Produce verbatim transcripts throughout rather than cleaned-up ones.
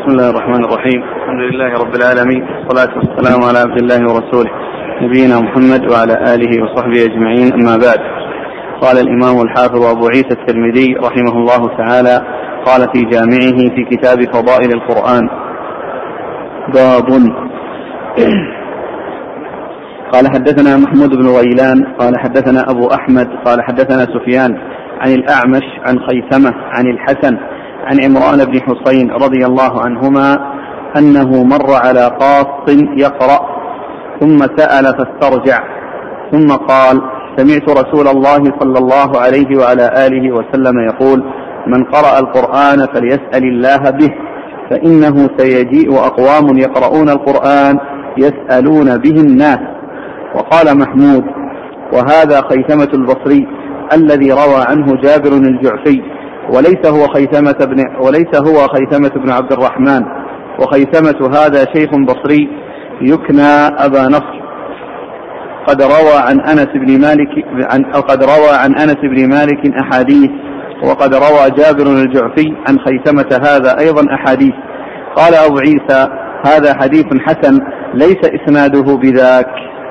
بسم الله الرحمن الرحيم. الحمد لله رب العالمين، والصلاة والسلام على عبد الله ورسوله نبينا محمد وعلى آله وصحبه أجمعين، أما بعد. قال الإمام الحافظ أبو عيسى الترمذي رحمه الله تعالى قال في جامعه في كتاب فضائل القرآن: باب. قال حدثنا محمود بن غيلان قال حدثنا أبو أحمد قال حدثنا سفيان عن الأعمش عن خيثمة عن الحسن عن عمران بن حسين رضي الله عنهما أنه مر على قاص يقرأ ثم سأل فاسترجع ثم قال: سمعت رسول الله صلى الله عليه وعلى آله وسلم يقول: من قرأ القرآن فليسأل الله به، فإنه سيجيء أقوام يقرؤون القرآن يسألون به الناس. وقال محمود: وهذا خيثمة البصري الذي روى عنه جابر الجعفي، وليس هو خيثمة بن وليس هو خيثمة بن عبد الرحمن، وخيثمة هذا شيخ بصري يكنى أبا نصر، قد روى عن أنس بن مالك عن أو قد روى عن أنس بن مالك أحاديث، وقد روى جابر الجعفي عن خيثمة هذا أيضا أحاديث. قال أبو عيسى: هذا حديث حسن ليس إسناده بذاك.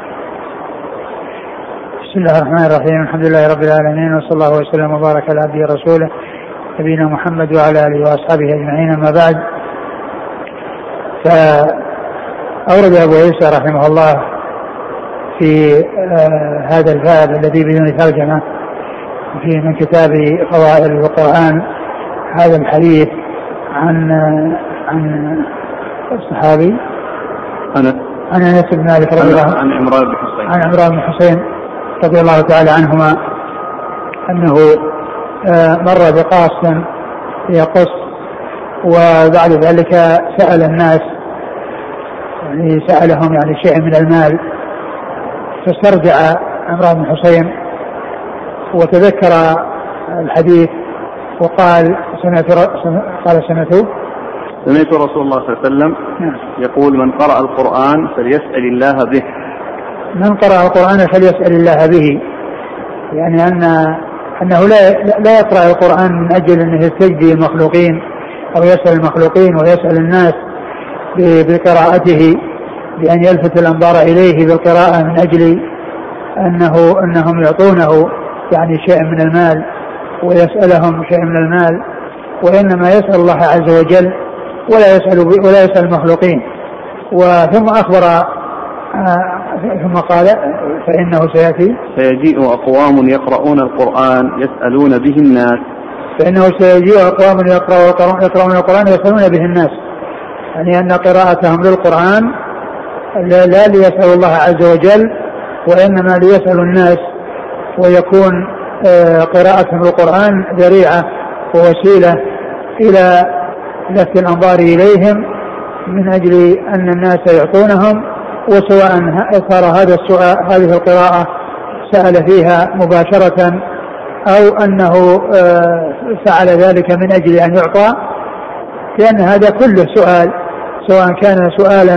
بسم الله الرحمن الرحيم. الحمد لله رب العالمين، وصلى الله وسلم وبارك على عبده ورسوله نبينا محمد وعلى آله وأصحابه أجمعين، أما بعد. فأورد أبو عيسى رحمه الله في آه هذا الباب الذي بدون ترجمة في من كتاب فضائل القرآن هذا الحديث عن عن الصحابي أنس عن أنس بن مالك رضي الله عن عمران بن حسين عن عمران بن حسين رضي الله تعالى عنهما أنه آه مر بقاص يقص، وبعد ذلك سأل الناس، يعني سألهم يعني شيء من المال، فاسترجع عمران بن حسين وتذكر الحديث وقال: سمعت قال سمعت سمعت رسول الله صلى الله عليه وسلم يقول: من قرأ القرآن فليسأل الله به. من قرأ القرآن فليسأل الله به، يعني أن أنه لا لا يقرأ القرآن من أجل أنه يستجدي المخلوقين أو يسأل المخلوقين ويسأل الناس بقراءته بأن يلفت الأنظار إليه بالقراءة من أجل أنه أنهم يعطونه يعني شيء من المال ويسألهم شيء من المال، وإنما يسأل الله عز وجل ولا يسأل ولا يسأل المخلوقين. وثم أخبر آه ثم قال: فإنه سيأتي سيجيء أقوام يقرؤون القرآن يسألون به الناس. فإنه سيجيء أقوام يقرؤون القرآن يسألون به الناس، يعني أن قراءتهم للقرآن لا ليسأل الله عز وجل وإنما ليسأل الناس، ويكون قراءتهم للقرآن ذريعة ووسيلة إلى لفت الأنظار إليهم من أجل أن الناس يعطونهم، وسواء صار هذا السؤال هذه القراءة سأل فيها مباشرة أو أنه فعل ذلك من أجل أن يعطى، لأن هذا كله سؤال، سواء كان سؤالا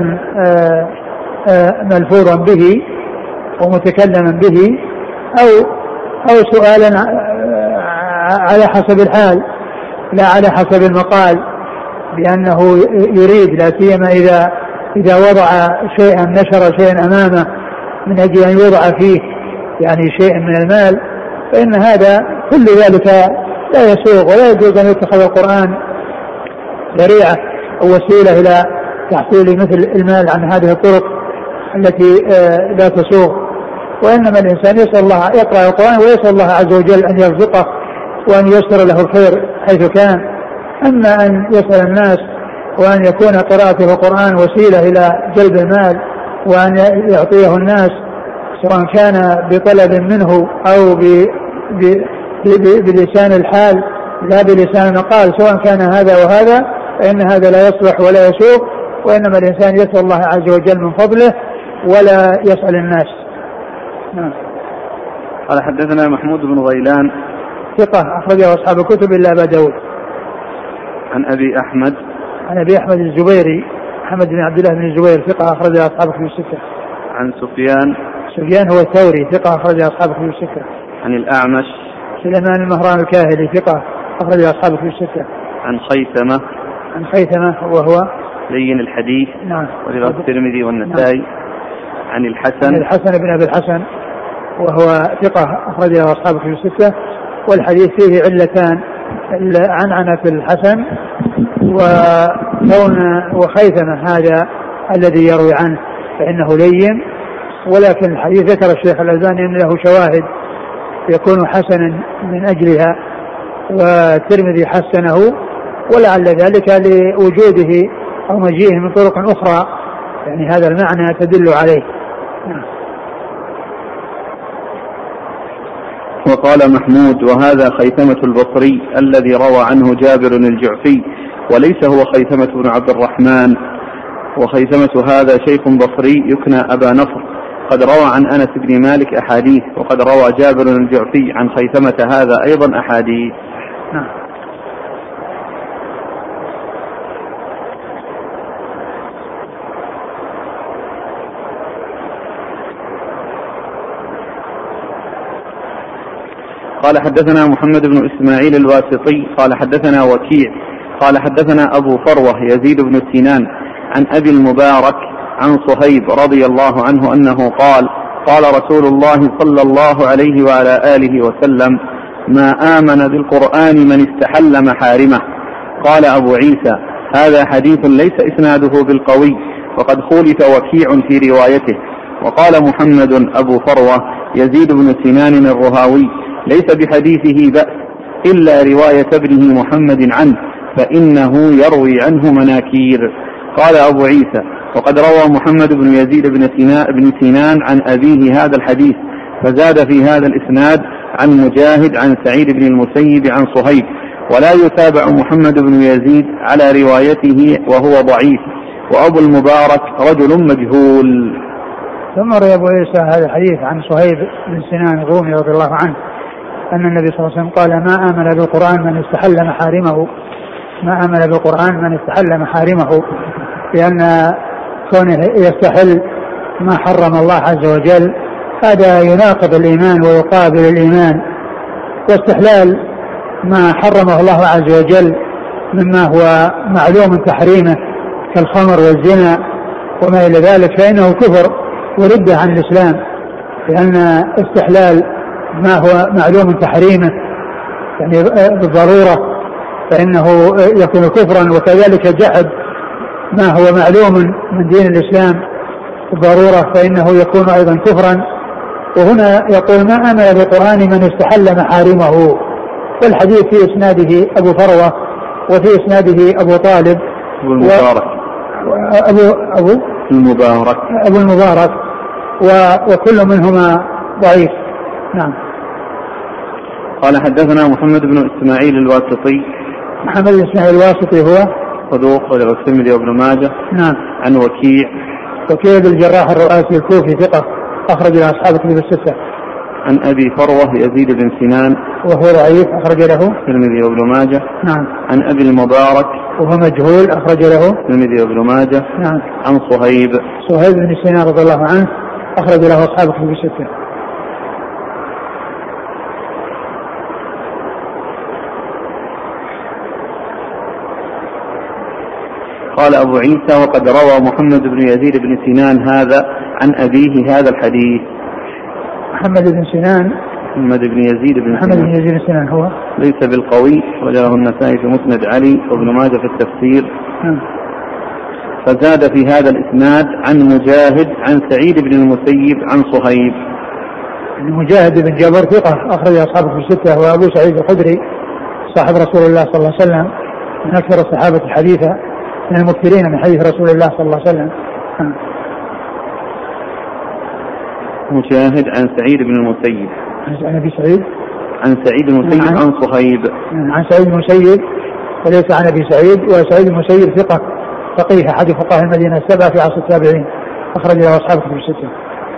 ملفوظا به ومتكلما به أو أو سؤالا على حسب الحال لا على حسب المقال، لأنه يريد لا سيما إذا إذا وضع شيئا نشر شيئا أمامه من أجل أن يوضع فيه يعني شيء من المال، فإن هذا كل ذلك لا يسوغ، ولا يجوز أن يتخذ القرآن ذريعة أو وسيلة إلى تحصيل مثل المال عن هذه الطرق التي لا تسوغ. وإنما الإنسان يسأل الله يقرأ القرآن ويسأل الله عز وجل أن يرزقه وأن ييسر له الخير حيث كان. أما أن يسأل الناس وأن يكون قراءته القرآن وسيلة إلى جلب المال وأن يعطيه الناس سواء كان بطلب منه أو ب ب ب بلسان الحال لا بلسان المقال، سواء كان هذا وهذا، فإن هذا لا يصلح ولا يسوق، وإنما الإنسان يسأل الله عز وجل من فضله ولا يسأل الناس. نعم. قال حدثنا محمود بن غيلان ثقة أخرجه أصحاب الكتب إلا أبا داود. عن أبي أحمد عن أبي أحمد الزبيري محمد بن عبد الله بن الزبير ثقة أخرجه أصحاب الكتب الستة. عن سفيان سفيان هو الثوري ثقة أخرجه أصحاب الكتب الستة. عن الأعمش سليمان المهران الكاهلي ثقة أخرجه أصحاب الكتب الستة. عن خيثمة عن خيثمة وهو لين الحديث. نعم. ولرواه الترمذي والنسائي. نعم. عن الحسن عن الحسن بن أبي الحسن وهو ثقة أخرج له أصحاب في الستة، والحديث فيه علتان: عنعنة في الحسن، وكون وخيثمة هذا الذي يروي عنه فإنه لين، ولكن الحديث ذكر الشيخ الألباني أن له شواهد يكون حسنا من أجلها، والترمذي حسنه، ولعل ذلك لوجوده أو مجيئه من طرق أخرى، يعني هذا المعنى تدل عليه. وقال محمود: وهذا خيثمة البصري الذي روى عنه جابر الجعفي، وليس هو خيثمة بن عبد الرحمن، وخيثمة هذا شيخ بصري يكنى أبا نصر، قد روى عن أنس بن مالك أحاديث، وقد روى جابر الجعفي عن خيثمة هذا أيضا أحاديث. نعم. قال حدثنا محمد بن إسماعيل الواسطي قال حدثنا وكيع قال حدثنا أبو فروة يزيد بن سنان عن أبي المبارك عن صهيب رضي الله عنه أنه قال: قال رسول الله صلى الله عليه وعلى آله وسلم: ما آمن بالقرآن من استحل محارمه. قال أبو عيسى: هذا حديث ليس إسناده بالقوي، وقد خولف وكيع في روايته. وقال محمد أبو فروة يزيد بن سنان الرهاوي: ليس بحديثه بأس إلا رواية ابنه محمد عنه، فإنه يروي عنه مناكير. قال أبو عيسى: وقد روى محمد بن يزيد بن سنان عن أبيه هذا الحديث، فزاد في هذا الإسناد عن مجاهد عن سعيد بن المسيب عن صهيب، ولا يتابع محمد بن يزيد على روايته وهو ضعيف، وأبو المبارك رجل مجهول. ثم روى أبو عيسى هذا الحديث عن صهيب بن سنان الرومي رضي الله عنه أن النبي صلى الله عليه وسلم قال: ما آمن بالقرآن من استحل محارمه. ما آمن بالقرآن من استحل محارمه، لأن كونه يستحل ما حرم الله عز وجل هذا يناقض الإيمان ويقابل الإيمان، واستحلال ما حرمه الله عز وجل مما هو معلوم تحريمه كالخمر والزنا وما إلى ذلك فإنه كفر وردة عن الإسلام، لأن استحلال ما هو معلوم تحريمه يعني بالضرورة فإنه يكون كفرا، وكذلك جحد ما هو معلوم من دين الإسلام بالضرورة فإنه يكون أيضا كفرا. وهنا يقول: ما آمن بالقرآن من استحل محارمه. والحديث في إسناده أبو فروة وفي إسناده أبو طالب أبو المبارك أبو, أبو المبارك أبو المبارك وكل منهما ضعيف. نعم. قال حدثنا محمد بن إسماعيل الواسطي. محمد بن إسماعيل الواسطي هو صدوق وله الترمذي وابن ماجه. نعم. عن وكيع. وكيع بن الجراح الرؤاسي الكوفي ثقة أخرج له أصحاب الكتب الستة. عن أبي فروة يزيد بن سنان وهو ضعيف أخرج له الترمذي وابن ماجه. نعم. عن أبي المبارك وهو مجهول أخرج له الترمذي وابن ماجه. نعم. عن صهيب صهيب بن سنان رضي الله عنه أخرج له أصحاب الكتب الستة. قال أبو عيسى: وقد روى محمد بن يزيد بن سنان هذا عن أبيه هذا الحديث. محمد بن سنان محمد بن يزيد بن محمد سنان بن يزيد بن سنان هو ليس بالقوي، وله النسائي في مسند علي وابن ماجه في التفسير. م. فزاد في هذا الإسناد عن مجاهد عن سعيد بن المسيب عن صهيب. مجاهد بن جبر ثقة أخرج أصحابه في الستة، وأبو سعيد الخدري صاحب رسول الله صلى الله عليه وسلم من أكثر الصحابة حديثا من المكثرين من حديث رسول الله صلى الله عليه وسلم. مجاهد عن سعيد بن المسيب عن أبي سعيد عن سعيد المسيب عن, عن صهيب عن سعيد المسيب وليس عن أبي سعيد. وسعيد المسيب ثقة فقيه أحد فقهاء المدينة السبعة في عصر التابعين أخرج له أصحاب الكتب الستة.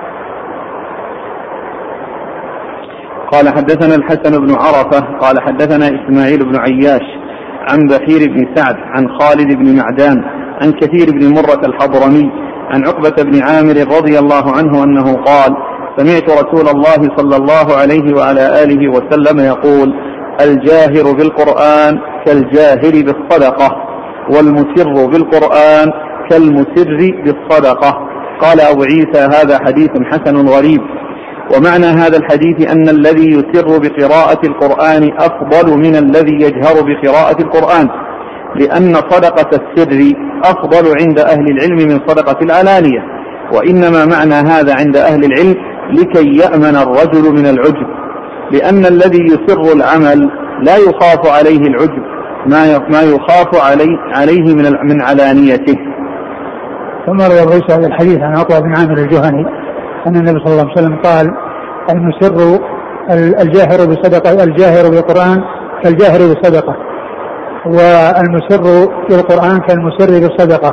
قال حدثنا الحسن بن عرفة قال حدثنا إسماعيل بن عياش عن بحير بن سعد عن خالد بن معدان عن كثير بن مرة الحضرمي عن عقبة بن عامر رضي الله عنه أنه قال: سمعت رسول الله صلى الله عليه وعلى آله وسلم يقول: الجاهر بالقرآن كالجاهر بالصدقة، والمسر بالقرآن كالمسر بالصدقة. قال أبو عيسى هذا حديث حسن غريب. ومعنى هذا الحديث أن الذي يسر بقراءة القرآن أفضل من الذي يجهر بقراءة القرآن، لأن صدقة السر أفضل عند أهل العلم من صدقة العلانية. وإنما معنى هذا عند أهل العلم لكي يأمن الرجل من العجب، لأن الذي يسر العمل لا يخاف عليه العجب ما يخاف عليه, عليه من, من علانيته. ثم روى أبو عيسى هذا الحديث عن عطاء بن عامر الجهني أن النبي صلى الله عليه وسلم قال: المسر الجاهر بصدقة الجاهر بالقرآن كالجاهر بالصدقة، والمسر بالقرآن كالمسر بالصدقة.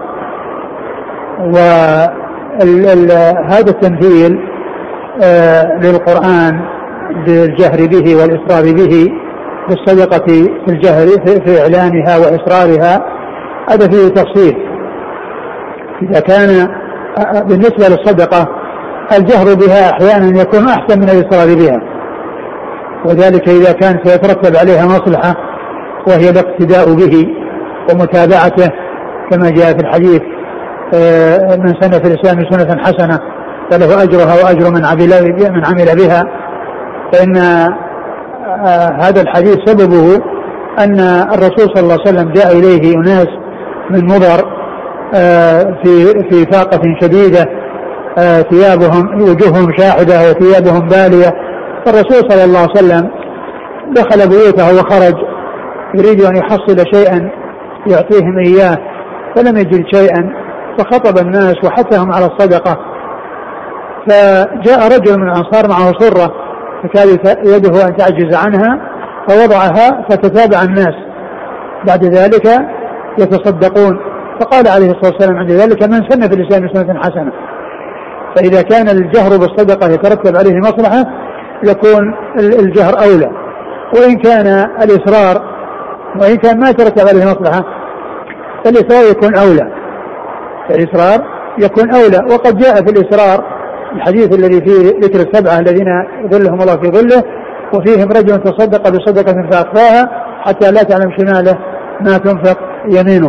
وهذا التمثيل آه للقرآن بالجهر به والإسرار به بالصدقة في الجهر في إعلانها وإسرارها هذا فيه تفصيل. إذا كان بالنسبة للصدقة الجهر بها أحيانا يكون أحسن من الإسرار بها، وذلك إذا كان سيترتب عليها مصلحة وهي الاقتداء به ومتابعته، كما جاء في الحديث: من سن في الإسلام سنة حسنة فله أجرها وأجر من عمل من عمل بها. فإن هذا الحديث سببه أن الرسول صلى الله عليه وسلم جاء إليه أناس من مضر في في فاقة شديدة، ثيابهم وجوههم شاحبة وثيابهم بالية، فالرسول صلى الله عليه وسلم دخل بيوته وخرج يريد أن يحصل شيئا يعطيهم إياه فلم يجد شيئا، فخطب الناس وحثهم على الصدقة. فجاء رجل من الأنصار معه صرة فكاد يده أن تعجز عنها فوضعها فتتابع الناس بعد ذلك يتصدقون. فقال عليه الصلاة والسلام عند ذلك: من سن في الإسلام سنة حسنة. فإذا كان الجهر بالصدقة يترتب عليه مصلحة يكون الجهر أولى، وإن كان الإسرار وإن كان ما يترتب عليه مصلحة فالإسرار يكون أولى الإسرار يكون أولى. وقد جاء في الإسرار الحديث الذي فيه ذكر السبعة الذين يظلهم الله في ظله وفيهم رجل تصدق بصدقة فأخفاها حتى لا تعلم شماله ما تنفق يمينه.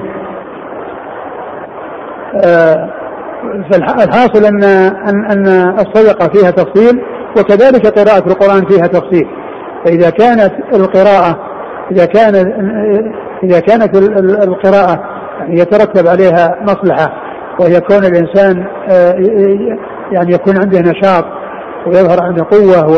فالحاصل أن, أن, أن الصدقة فيها تفصيل، وكذلك قراءة القرآن فيها تفصيل. فإذا كانت القراءة إذا كان إذا كانت القراءة يترتب عليها مصلحة ويكون الإنسان يعني يكون عنده نشاط ويظهر عنده قوة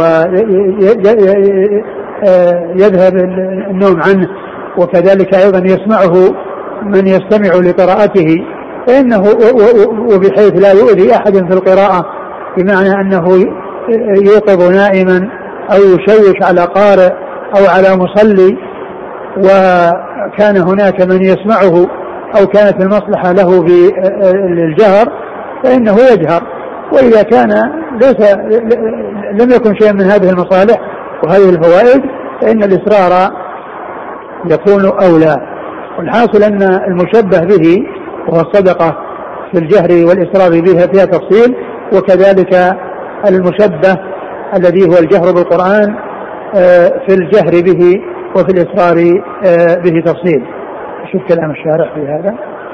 ويذهب النوم عنه، وكذلك أيضا يسمعه من يستمع لقراءته فإنه وبحيث لا يؤذي أحد في القراءة، بمعنى أنه يوقظ نائما أو يشوش على قارئ أو على مصلي، وكان هناك من يسمعه أو كانت المصلحة له بالجهر فإنه يجهر. وإذا كان ليس لم يكن شيء من هذه المصالح وهذه الفوائد فإن الإسرار يكون أولى. والحاصل أن المشبه به وهو الصدقة في الجهر والإسرار بها فيها تفصيل، وكذلك المشبه الذي هو الجهر بالقرآن في الجهر به وفي الإسرار به تفصيل. شوف كلام الشارح في هذا.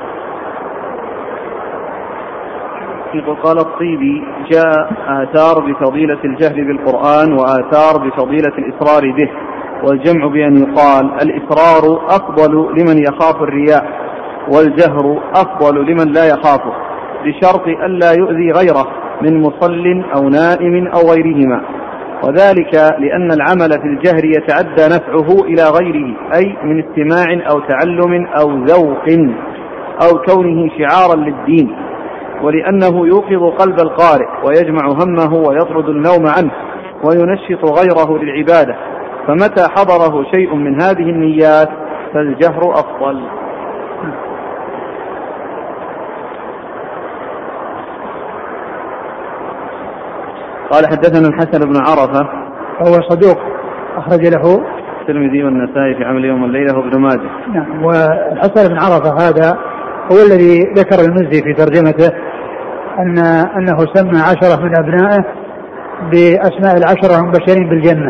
قال الطيبي: جاء آثار بفضيلة الجهر بالقرآن وآثار بفضيلة الإسرار به، والجمع بأن يقال الإسرار أفضل لمن يخاف الرياء، والجهر أفضل لمن لا يخافه، بشرط ألا يؤذي غيره من مصل أو نائم أو غيرهما، وذلك لأن العمل في الجهر يتعدى نفعه إلى غيره، أي من استماع أو تعلم أو ذوق أو كونه شعارا للدين، ولأنه يوقظ قلب القارئ ويجمع همه ويطرد النوم عنه وينشط غيره للعبادة، فمتى حضره شيء من هذه النيات فالجهر أفضل. قال: حدثنا الحسن بن عرفة هو صدوق أخرج له الترمذي والنسائي في عمل يوم والليلة وابن ماجه. نعم. والحسن بن عرفة هذا هو الذي ذكر المزي في ترجمته أن أنه سمى عشرة من أبنائه بأسماء العشرة المبشرين بالجنة،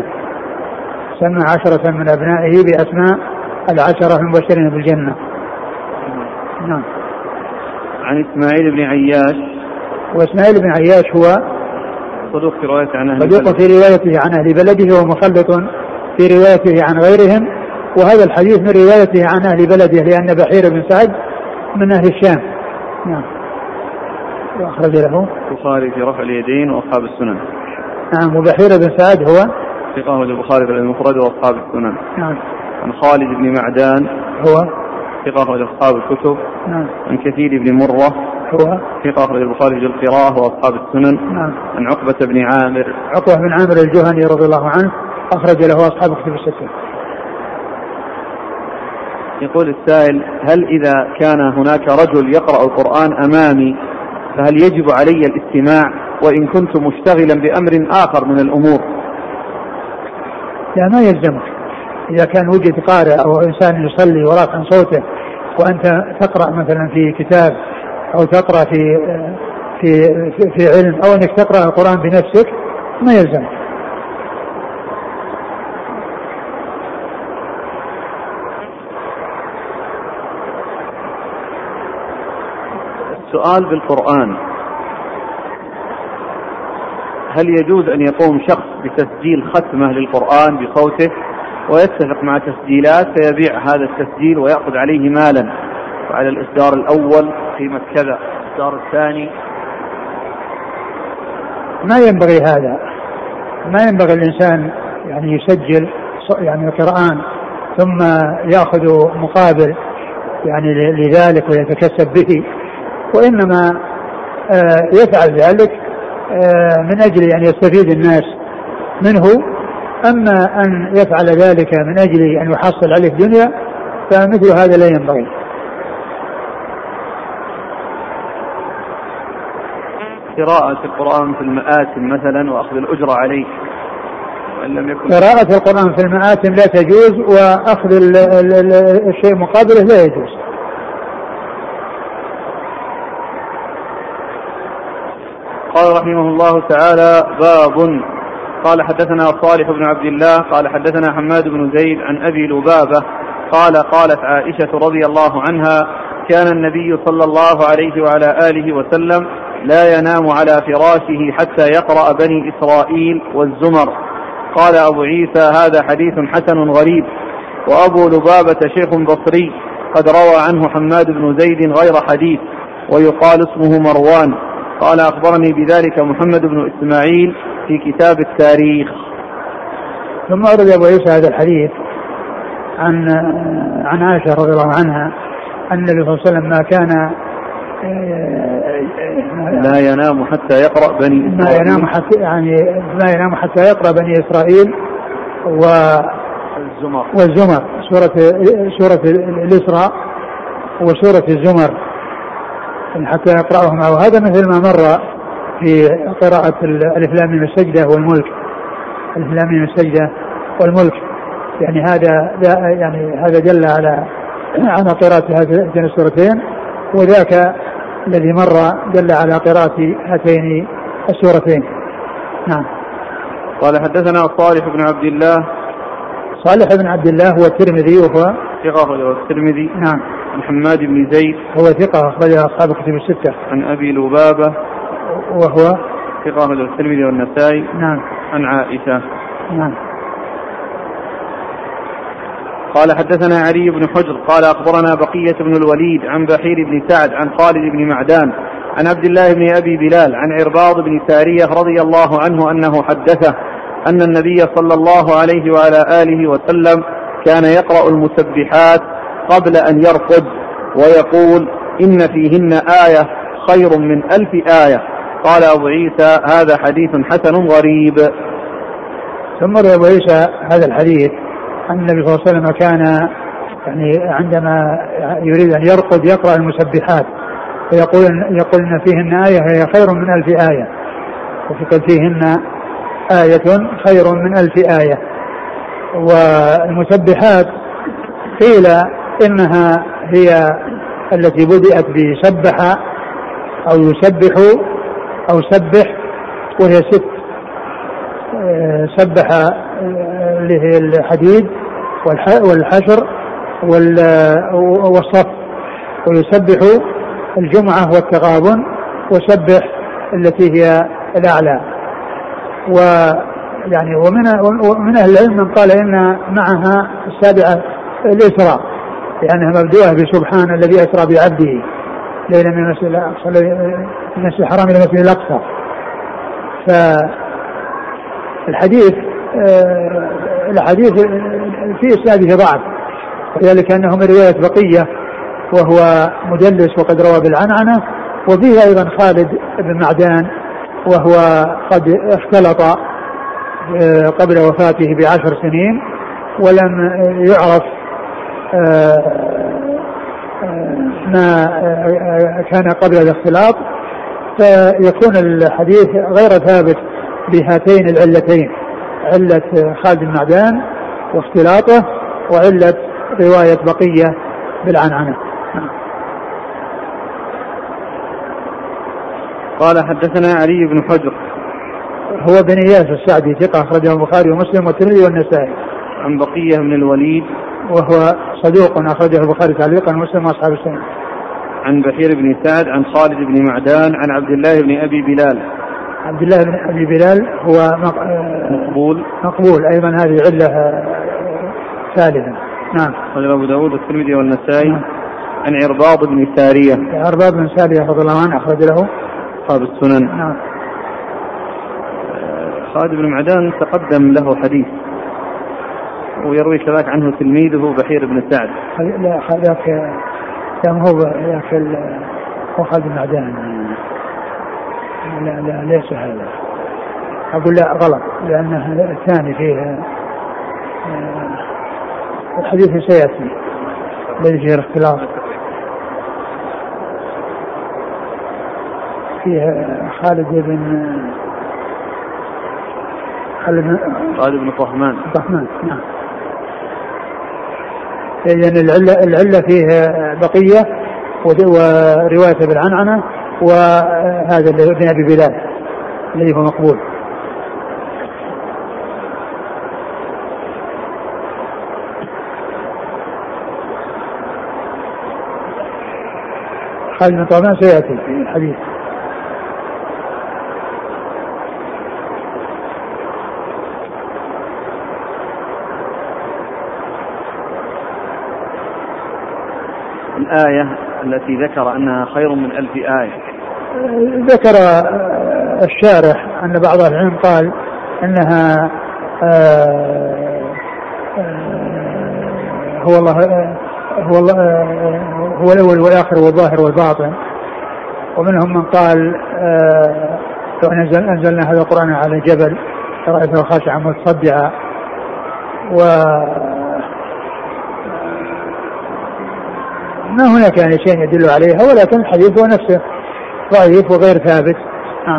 سمى عشرة من أبنائه بأسماء العشرة المبشرين بالجنة. نعم. عن إسماعيل بن عياش. وإسماعيل بن عياش هو صدوق في روايته عن أهل صدوق في روايته عن أهل بلده ومخلط في روايته عن غيرهم، وهذا الحديث من روايته عن أهل بلده لأن بحير بن سعد من أهل الشام. نعم. وأخرج له البخاري في رفع اليدين وأصحاب السنن. نعم. وبحير بن سعد هو ثقة البخاري في المفرد وأصحاب السنن. نعم. عن خالد بن معدان هو ثقة أصحاب الكتب. نعم. عن كثير بن مرة هو ثقة البخاري في القراءة وأصحاب السنن. نعم. عن عقبة بن عامر عقبة بن عامر الجهني رضي الله عنه أخرج له أصحاب الكتب الستة. يقول السائل: هل إذا كان هناك رجل يقرأ القرآن أمامي فهل يجب علي الاستماع وإن كنت مشتغلا بأمر آخر من الأمور؟ لا، ما يلزمك. إذا كان وجد قارئ أو إنسان يصلي ورافع صوته وأنت تقرأ مثلا في كتاب أو تقرأ في في في, في علم أو أنك تقرأ القرآن بنفسك ما يلزمك. السؤال بالقرآن: هل يجوز أن يقوم شخص بتسجيل ختمة للقرآن بصوته ويتفق مع تسجيلات فيبيع هذا التسجيل ويأخذ عليه مالا، وعلى الإصدار الأول قيمة كذا، الإصدار الثاني؟ ما ينبغي هذا. ما ينبغي الإنسان يعني يسجل يعني القرآن ثم يأخذ مقابل يعني لذلك ويتكسب به، وإنما يفعل ذلك من أجل أن يستفيد الناس منه. أما أن يفعل ذلك من أجل أن يحصل عليه الدنيا فمثل هذا لا ينبغي. قراءة القرآن في المآتم مثلا وأخذ الأجرة عليه وإن لم يكن. قراءة القرآن في المآتم لا تجوز، وأخذ الشيء مقابله لا يجوز. قال رحمه الله تعالى: باب. قال حدثنا صالح بن عبد الله قال حدثنا حماد بن زيد عن أبي لبابة قال قالت عائشة رضي الله عنها: كان النبي صلى الله عليه وعلى آله وسلم لا ينام على فراشه حتى يقرأ بني إسرائيل والزمر. قال أبو عيسى: هذا حديث حسن غريب. وأبو لبابة شيخ بصري قد روى عنه حماد بن زيد غير حديث، ويقال اسمه مروان. قال: أخبرني بذلك محمد بن إسماعيل في كتاب التاريخ. ثم أورد أبو عيسى هذا الحديث عن عن عائشة رضي الله عنها أن النبي صلى الله عليه وسلم ما كان لا ينام حتى يقرأ بني إسرائيل ما ينام حتى يعني ما ينام حتى يقرأ بني إسرائيل والزمر والزمر سورة سورة الإسراء وسورة الزمر حتى يقرأهما. وهذا مثل ما مر في قراءة الألف لام ميم السجدة والملك، الألف لام ميم السجدة والملك، يعني هذا يعني هذا دل على على قراءة هاتين السورتين، وذاك الذي مر دل على قراءة هاتين السورتين. نعم. قال حدثنا صالح بن عبد الله. صالح بن عبد الله هو الترمذي وهو ثقة الترمذي. نعم. عن حماد بن زيد هو ثقة أخرج أصحاب الكتب الستة. عن أبي لبابة وهو ثقة الترمذي والنسائي. نعم. عن عائشة. نعم. قال حدثنا علي بن حجر قال أخبرنا بقية بن الوليد عن بحير بن سعد عن خالد بن معدان عن عبد الله بن أبي بلال عن عرباض بن سارية رضي الله عنه أنه حدثه أن النبي صلى الله عليه وعلى آله وسلم كان يقرأ المسبحات قبل أن يرقد ويقول: إن فيهن آية خير من ألف آية. قال أبو عيسى: هذا حديث حسن غريب. ثم روى أبو عيسى هذا الحديث أن النبي صلى الله عليه وسلم كان يعني عندما يريد أن يرقد يقرأ المسبحات ويقول يقول إن فيهن آية هي خير من ألف آية، وفي فيهن آية خير من ألف آية. والمسبحات قيل إنها هي التي بدأت بسبح أو يسبح أو سبح، وهي ست: سبح اللي هي الحديد والحشر والصف، ويسبح الجمعة والتغابن وسبح التي هي الأعلى. ويعني ومن ومن أهل العلم من قال إن معها السابعة الإسراء لأنها مبدوءة بسبحان الذي أسرى بعبده ليلا من المسجد الأقصى من المسجد الحرام إلى المسجد الأقصى. فالحديث الحديث في إسناده ضعف وذلك أنه من رواية بقية وهو مدلس وقد روى بالعنعنة، وفيه أيضا خالد بن معدان وهو قد اختلط قبل وفاته بعشر سنين ولم يعرف ما كان قبل الاختلاط، فيكون الحديث غير ثابت بهاتين العلتين، علة خالد بن معدان واختلاطه وعلة رواية بقية بالعنعنة. قال حدثنا علي بن حجر هو بن إياس السعدي ثقة أخرجه البخاري ومسلم والترمذي والنسائي. عن بقية بن الوليد وهو صدوق أخرجه البخاري تعليقا ومسلم وأصحاب السنة. عن بشير بن سعد عن خالد بن معدان عن عبد الله بن أبي بلال. عبد الله بن أبي بلال هو مقبول مقبول أيضا، هذه علة ثالثة. نعم. قال أبو داود والترمذي والنسائي. نعم. عن عرباض بن سارية. عرباض بن سارية رضي الله عنه أخرج له أصحاب السنن. نعم. خالد بن معدان تقدم له حديث ويروي كذلك عنه تلميذه بحير بن سعد. لا ذاك كان هو ذاك هو خالد بن معدان. لا لا ليس هذا، أقول لا غلط لأنه الثاني فيه الحديث سيأتي الذي فيه اختلاف فيه خالد بن خالد بن طهمان. طهمان نعم. إذن العلة العلة فيه بقية ورواية بالعنعنة وهذا اللي ابن أبي بلال الذي هو مقبول. خالد بن طهمان سيأتي في الحديث. الآية التي ذكر أنها خير من ألف آية، ذكر الشارح أن بعض العلم قال أنها هو الله هو الله هو الأول والآخر والظاهر والباطن، ومنهم من قال لو أنزل أنزلنا هذا القرآن على جبل رأيته خاشعا متصدعا، و ما هناك يعني شيء يدل عليها، ولكن الحديث هو نفسه ضعيف وغير ثابت. آه.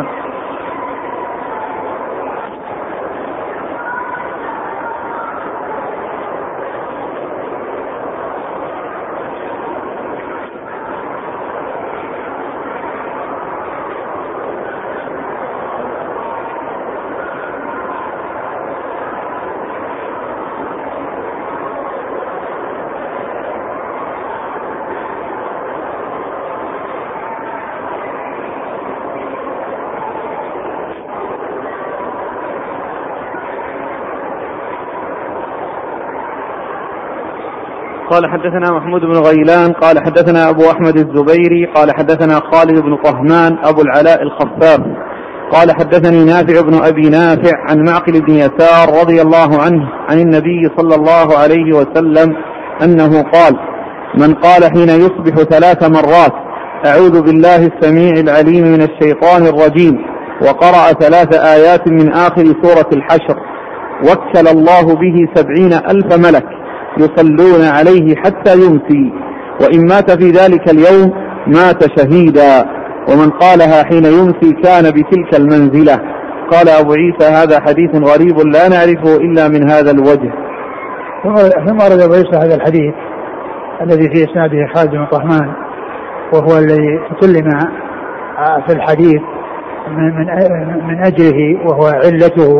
قال حدثنا محمود بن غيلان قال حدثنا أبو أحمد الزبيري قال حدثنا خالد بن طهمان أبو العلاء الخفاف قال حدثني نافع بن أبي نافع عن معقل بن يسار رضي الله عنه عن النبي صلى الله عليه وسلم أنه قال: من قال حين يصبح ثلاث مرات أعوذ بالله السميع العليم من الشيطان الرجيم وقرأ ثلاث آيات من آخر سورة الحشر وكل الله به سبعين ألف ملك يصلون عليه حتى يمسي، وإن مات في ذلك اليوم مات شهيدا، ومن قالها حين يمسي كان بتلك المنزلة. قال أبو عيسى: هذا حديث غريب لا نعرفه إلا من هذا الوجه. ثم أرد أبو عيسى هذا الحديث الذي في إسناده خالد بن طهمان، وهو الذي تكلم في الحديث من من أجله وهو علته،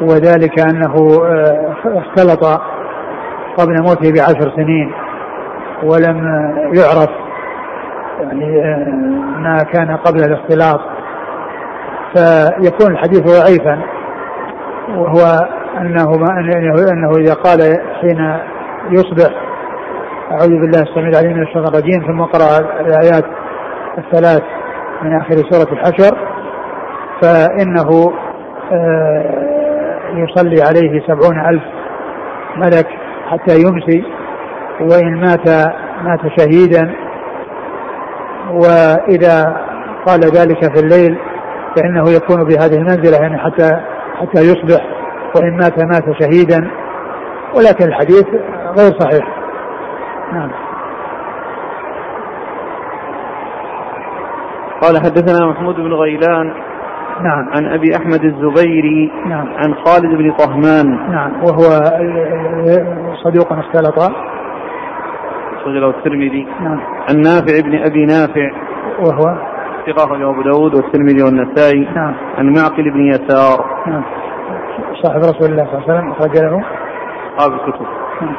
وذلك أنه اختلط قبل موته بعشر سنين ولم يعرف يعني ما كان قبل الاختلاط فيكون الحديث ضعيفا، وهو أنه, أنه إذا قال حين يصبح أعوذ بالله السميع العليم من الشيطان الرجيم ثم قرأ الآيات الثلاث من آخر سورة الحشر فإنه يصلي عليه سبعون ألف ملك حتى يمسي، وإن مات مات شهيدا، وإذا قال ذلك في الليل فإنه يكون بهذه المنزلة يعني حتى حتى يصبح، وإن مات مات شهيدا، ولكن الحديث غير صحيح. نعم. قال حدثنا محمود بن غيلان نعم عن أبي أحمد الزبيري نعم عن خالد بن طهمان نعم وهو صدوق اختلط رجله الترمذي نعم عن نافع بن أبي نافع وهو ثقة أخرجه أبو داود والترمذي والنسائي نعم عن معقل بن يسار نعم صاحب رسول الله صلى الله عليه وسلم أخرج له أصحاب الكتب. نعم.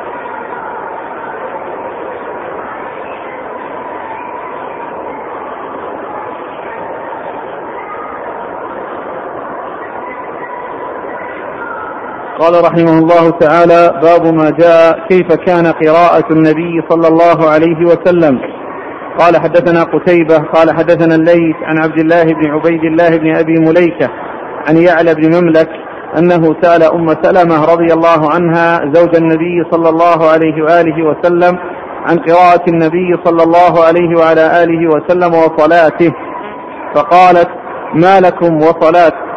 قال رحمه الله تعالى: باب ما جاء كيف كان قراءة النبي صلى الله عليه وسلم. قال حدثنا قتيبة قال حدثنا الليث عن عبد الله بن عبيد الله بن أبي مليكة عن يعلى بن مملك أنه سأل أم سلمة رضي الله عنها زوج النبي صلى الله عليه وآله وسلم عن قراءة النبي صلى الله عليه وعلى آله وسلم وصلاته، فقالت: ما لكم وصلاته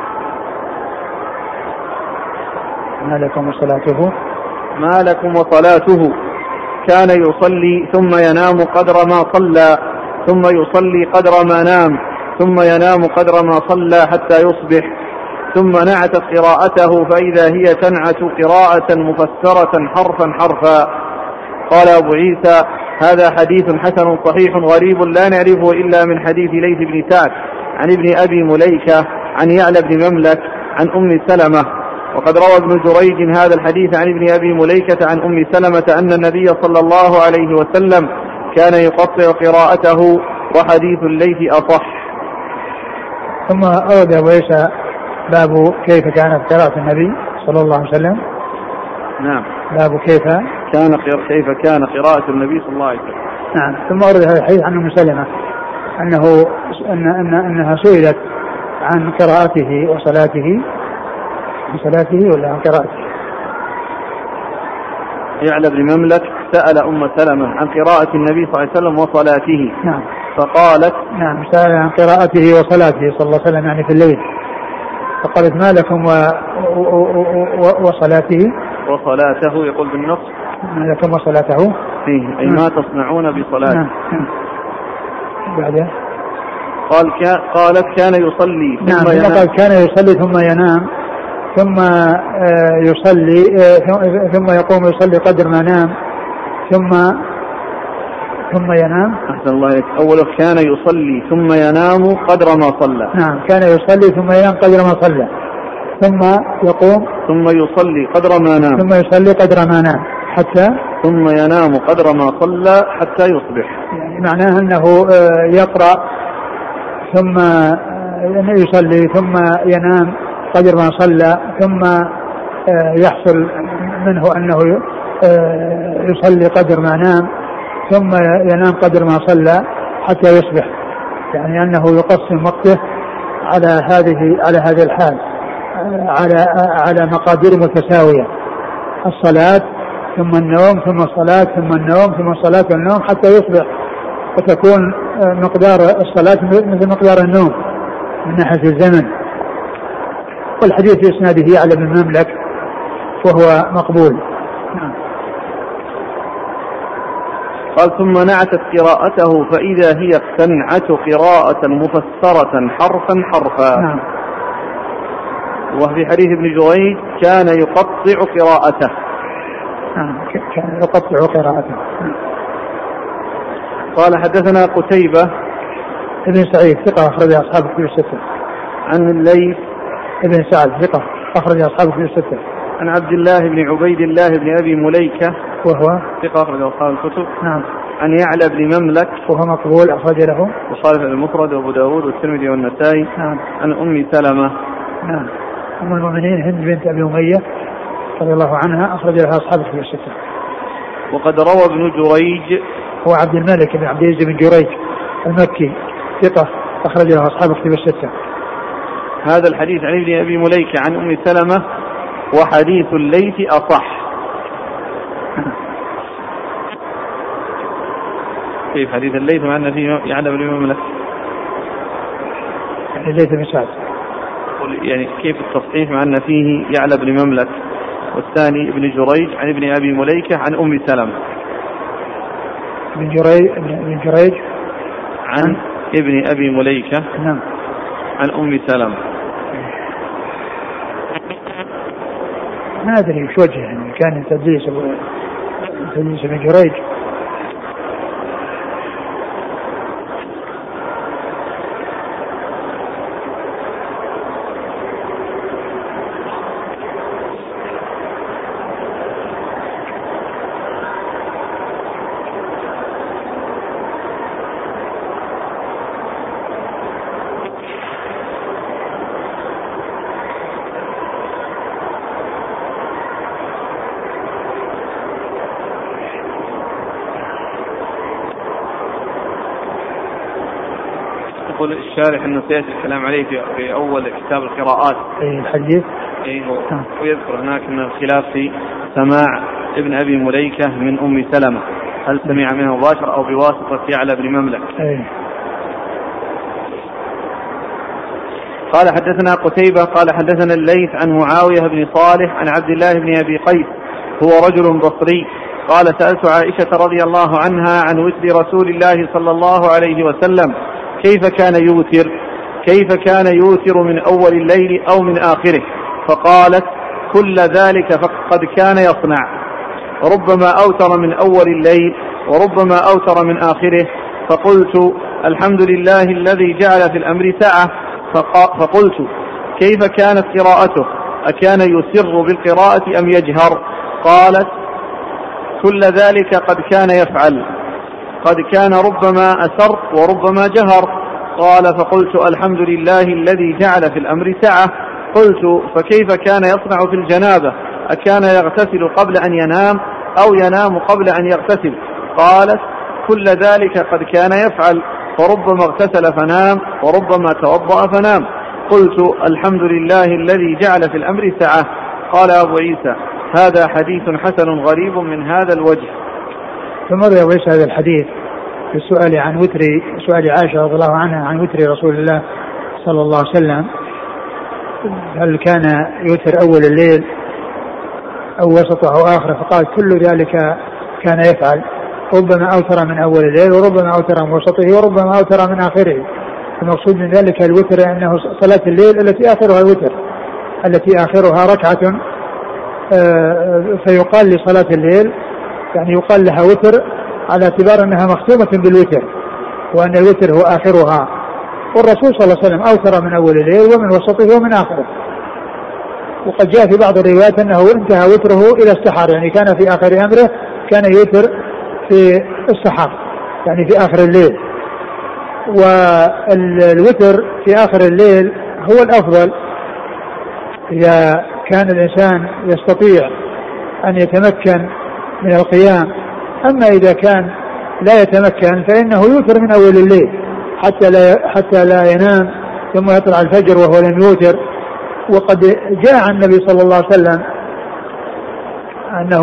ما لكم وصلاته ما لكم وصلاته كان يصلي ثم ينام قدر ما صلى ثم يصلي قدر ما نام ثم ينام قدر ما صلى حتى يصبح، ثم نعتت قراءته فإذا هي تنعت قراءة مفسرة حرفا حرفا. قال أبو عيسى: هذا حديث حسن صحيح غريب لا نعرفه إلا من حديث ليث بن سعد عن ابن أبي مليكة عن يعلى بن مملك عن أم سلمة. وقد روى ابن جريج هذا الحديث عن ابن أبي مليكة عن أم سلمة أن النبي صلى الله عليه وسلم كان يقطع قراءته، وحديث الليث أصح. ثم أورد أبو عيسى باب كيف كانت قراءة النبي صلى الله عليه وسلم. نعم. باب كيف كان كيف كان قراءة النبي صلى الله عليه وسلم. نعم. ثم أورد هذا الحديث عن أم سلمة أنه أن أن أنها سئلت عن قراءته وصلاته بصلاته ولا عن قراءته. يعلى بن مملك سأل أم سلمة عن قراءة النبي صلى الله عليه وسلم وصلاته. نعم. فقالت: نعم سأل عن قراءته وصلاته صلى الله عليه وسلم يعني في الليل، فقالت: ما لكم و... و... و... وصلاته وصلاته يقول بالنص ما لكم وصلاته فيه أي نعم. ما تصنعون بصلاته. نعم. نعم. بعدها قال كا... قالت: كان يصلي ثم نعم ينام. قال كان يصلي ثم ينام ثم يصلي ثم يقوم يصلي قدر ما نام ثم ثم ينام. أحسن الله عليك. أوله كان يصلي ثم ينام قدر ما صلى. نعم كان يصلي ثم ينام قدر ما صلى ثم يقوم ثم يصلي قدر ما نام ثم يصلي قدر ما نام حتى ثم ينام قدر ما صلى حتى يصبح. يعني معناه أنه يقرأ ثم يصلي ثم ينام قدر ما صلى ثم يحصل منه أنه يصلي قدر ما نام ثم ينام قدر ما صلى حتى يصبح، يعني أنه يقسم وقته على هذه على هذه الحال على على مقادير متساوية: الصلاة ثم النوم ثم الصلاة ثم النوم ثم الصلاة والنوم حتى يصبح، وتكون مقدار الصلاة مثل مقدار النوم من ناحية الزمن. والحديث في إسناده على ابن مملك وهو مقبول. قال: ثم نعتت قراءته فإذا هي تنعت قراءة مفسرة حرفا حرفا. نعم. وفي حديث ابن جريج كان يقطع قراءته. نعم كان يقطع قراءته. قال: حدثنا قتيبة ابن سعيد ثقة أخرج أصحاب الكتب الستة. عن الليث ابن سعد ثقة أخرج أصحاب الكتب الستة. عن عبد الله بن عبيد الله بن أبي مليكة وهو ثقة أخرجه أصحاب الكتب. نعم. عن يعلى بن مملك وهو مقبول أخرج له وصالح المفرد وأبو داود والترمذي والنسائي. نعم. عن أم سلمة. نعم. أم المؤمنين هند بنت أبي أمية رضي الله عنها أخرج لها أصحاب الكتب الستة. وقد روى ابن جريج هو عبد الملك بن عبد العزيز بن جريج المكي ثقة أخرج له أصحاب الكتب الستة. هذا الحديث عن ابن أبي مليكة عن أم سلمة وحديث الليث أصح. كيف حديث الليث مع أن فيه يعلم بن مملك؟ يعني الليث بن سعد. يعني كيف التصحيح مع أن فيه يعلى بن مملك والثاني ابن جريج عن ابن أبي مليكة عن أم سلمة. ابن جريج ابن جريج عن ابن أبي مليكة. نعم. عن أم سلمة. ما أدري وش وجه يعني كان تدليس تدليس ابن جريج. يقول الشارح انه سيأتي الكلام عليه في, في اول كتاب القراءات. اي الحديث. اي ويذكر هناك ان الخلاف في سماع ابن ابي مليكة من ام سلمة، هل سمع منه مباشر او بواسطة يعلى بن مملك. أي. قال حدثنا قتيبة قال حدثنا الليث عن معاوية بن صالح عن عبد الله بن ابي قيس هو رجل بصري قال سألت عائشة رضي الله عنها عن وتر رسول الله صلى الله عليه وسلم كيف كان يوتر كيف كان يوتر من أول الليل أو من آخره، فقالت كل ذلك فقد كان يصنع، ربما أوتر من أول الليل وربما أوتر من آخره. فقلت الحمد لله الذي جعل في الأمر سعة. فقلت كيف كانت قراءته أكان يسر بالقراءة أم يجهر؟ قالت كل ذلك قد كان يفعل، قد كان ربما أسر وربما جهر. قال فقلت الحمد لله الذي جعل في الأمر سعة. قلت فكيف كان يصنع في الجنابة أكان يغتسل قبل أن ينام أو ينام قبل أن يغتسل؟ قالت كل ذلك قد كان يفعل، فربما اغتسل فنام وربما توضأ فنام. قلت الحمد لله الذي جعل في الأمر سعة. قال أبو عيسى هذا حديث حسن غريب من هذا الوجه. ثم روى هذا الحديث في السؤال عن وتر سؤال عائشة رضي الله عنها عن وتر رسول الله صلى الله عليه وسلم هل كان يوتر أول الليل أو وسطه أو آخره؟ فقال كل ذلك كان يفعل، ربما أوتر من أول الليل وربما أوتر من وسطه وربما أوتر من آخره. المقصود من ذلك الوتر أنه صلاة الليل التي آخرها الوتر، التي آخرها ركعة، فيقال لصلاة الليل يعني يقال لها وتر على اعتبار أنها مختومة بالوتر وأن الوتر هو آخرها. والرسول صلى الله عليه وسلم أوتر من أول الليل ومن وسطه ومن آخره. وقد جاء في بعض الروايات أنه انتهى وتره إلى السحر، يعني كان في آخر أمره كان يوتر في السحر يعني في آخر الليل. والوتر في آخر الليل هو الأفضل إذا كان الإنسان يستطيع أن يتمكن من القيام. أما إذا كان لا يتمكن فإنه يوتر من أول الليل حتى لا, حتى لا ينام ثم يطلع الفجر وهو لم يوتر. وقد جاء عن النبي صلى الله عليه وسلم أنه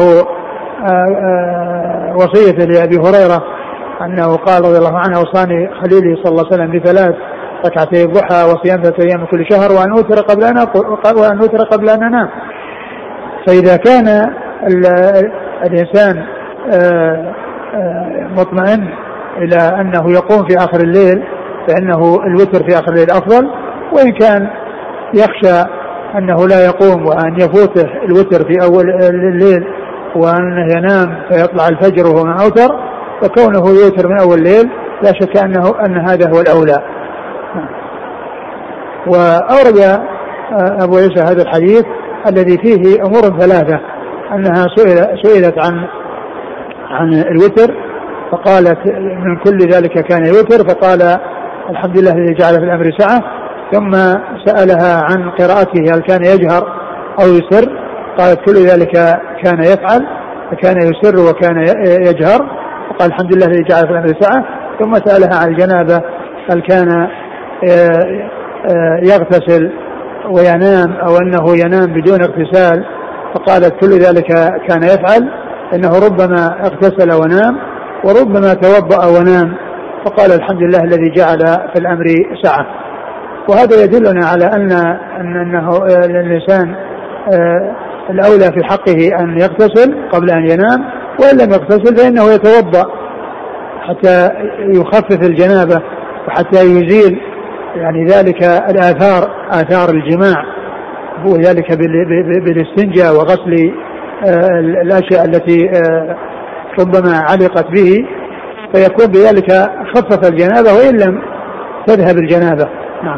وصية لأبي هريرة أنه قال رضي الله عنه أوصاني خليلي صلى الله عليه وسلم بثلاث ركعتي الضحى وصيام ثلاثة أيام كل شهر وأن أوتر قبل أن وأن أوتر قبل أن أنام. فإذا كان الإنسان مطمئن إلى أنه يقوم في آخر الليل فإنه الوتر في آخر الليل أفضل، وإن كان يخشى أنه لا يقوم وأن يفوته الوتر في أول الليل وأنه ينام فيطلع الفجر وهو ما أوتر، فكونه يوتر من أول الليل لا شك أنه أن هذا هو الأولى. وأورد أبو عيسى هذا الحديث الذي فيه أمور ثلاثة، أنها سئلت عن عن الوتر فقالت من كل ذلك كان الوتر، فقال الحمد لله الذي جعل في الأمر سعة. ثم سألها عن قراءته هل كان يجهر أو يسر، قالت كل ذلك كان يفعل، فكان يسر وكان يجهر، فقال الحمد لله الذي جعل في الأمر سعة. ثم سألها عن الجنابة هل كان يغتسل وينام أو أنه ينام بدون اغتسال، فقالت كل ذلك كان يفعل، إنه ربما اغتسل ونام وربما توضأ ونام، فقال الحمد لله الذي جعل في الأمر سعة. وهذا يدلنا على أن أنه الإنسان الأولى في حقه أن يغتسل قبل أن ينام، وإن لم يغتسل فإنه يتوضأ حتى يخفف الجنابة وحتى يزيل يعني ذلك الآثار آثار الجماع، وذلك بالاستنجاء وغسل الأشياء التي ربما علقت به، فيكون بذلك خفف الجنابة وإن لم تذهب الجنابة. نعم.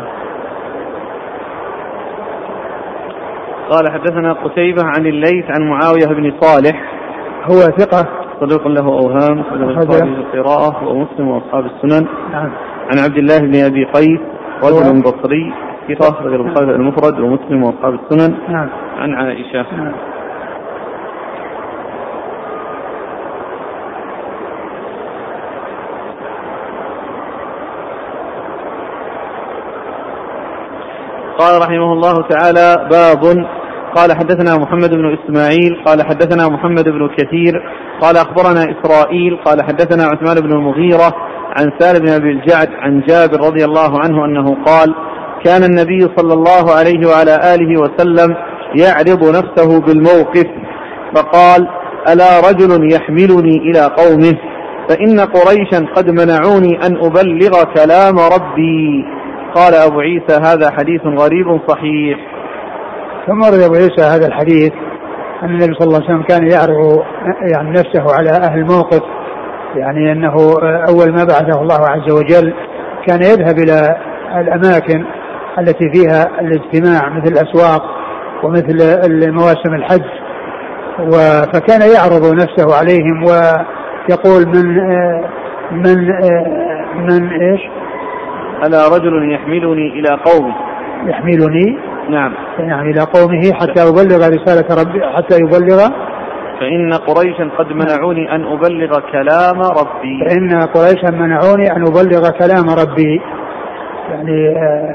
قال حدثنا قتيبة عن الليث عن معاوية بن صالح هو ثقة صدوق له أوهام في القراءة ومسلم وأصحاب السنن. نعم. عن عبد الله بن أبي قيس رجل بصري ثقة رجل البخاري المفرد ومسلم وأصحاب السنن. نعم. عن عائشة. نعم. قال رحمه الله تعالى باب. قال حدثنا محمد بن إسماعيل قال حدثنا محمد بن كثير قال أخبرنا إسرائيل قال حدثنا عثمان بن المغيرة عن سالم بن أبي الجعد عن جابر رضي الله عنه أنه قال كان النبي صلى الله عليه وعلى آله وسلم يعرض نفسه بالموقف فقال ألا رجل يحملني إلى قومه فإن قريشا قد منعوني أن أبلغ كلام ربي. قال أبو عيسى هذا حديث غريب صحيح. ثم روى أبو عيسى هذا الحديث أن النبي صلى الله عليه وسلم كان يعرض يعني نفسه على أهل الموقف، يعني أنه أول ما بعثه الله عز وجل كان يذهب إلى الأماكن التي فيها الاجتماع مثل الأسواق ومثل مواسم الحج، فكان يعرض نفسه عليهم ويقول من من من إيش ألا رجل يحملني إلى قومه يحملني نعم يعني إلى قومه حتى يبلغ رسالة ربي حتى يبلغ فإن قريشا قد منعوني أن أبلغ كلام ربي فإن قريشا منعوني أن أبلغ كلام ربي، يعني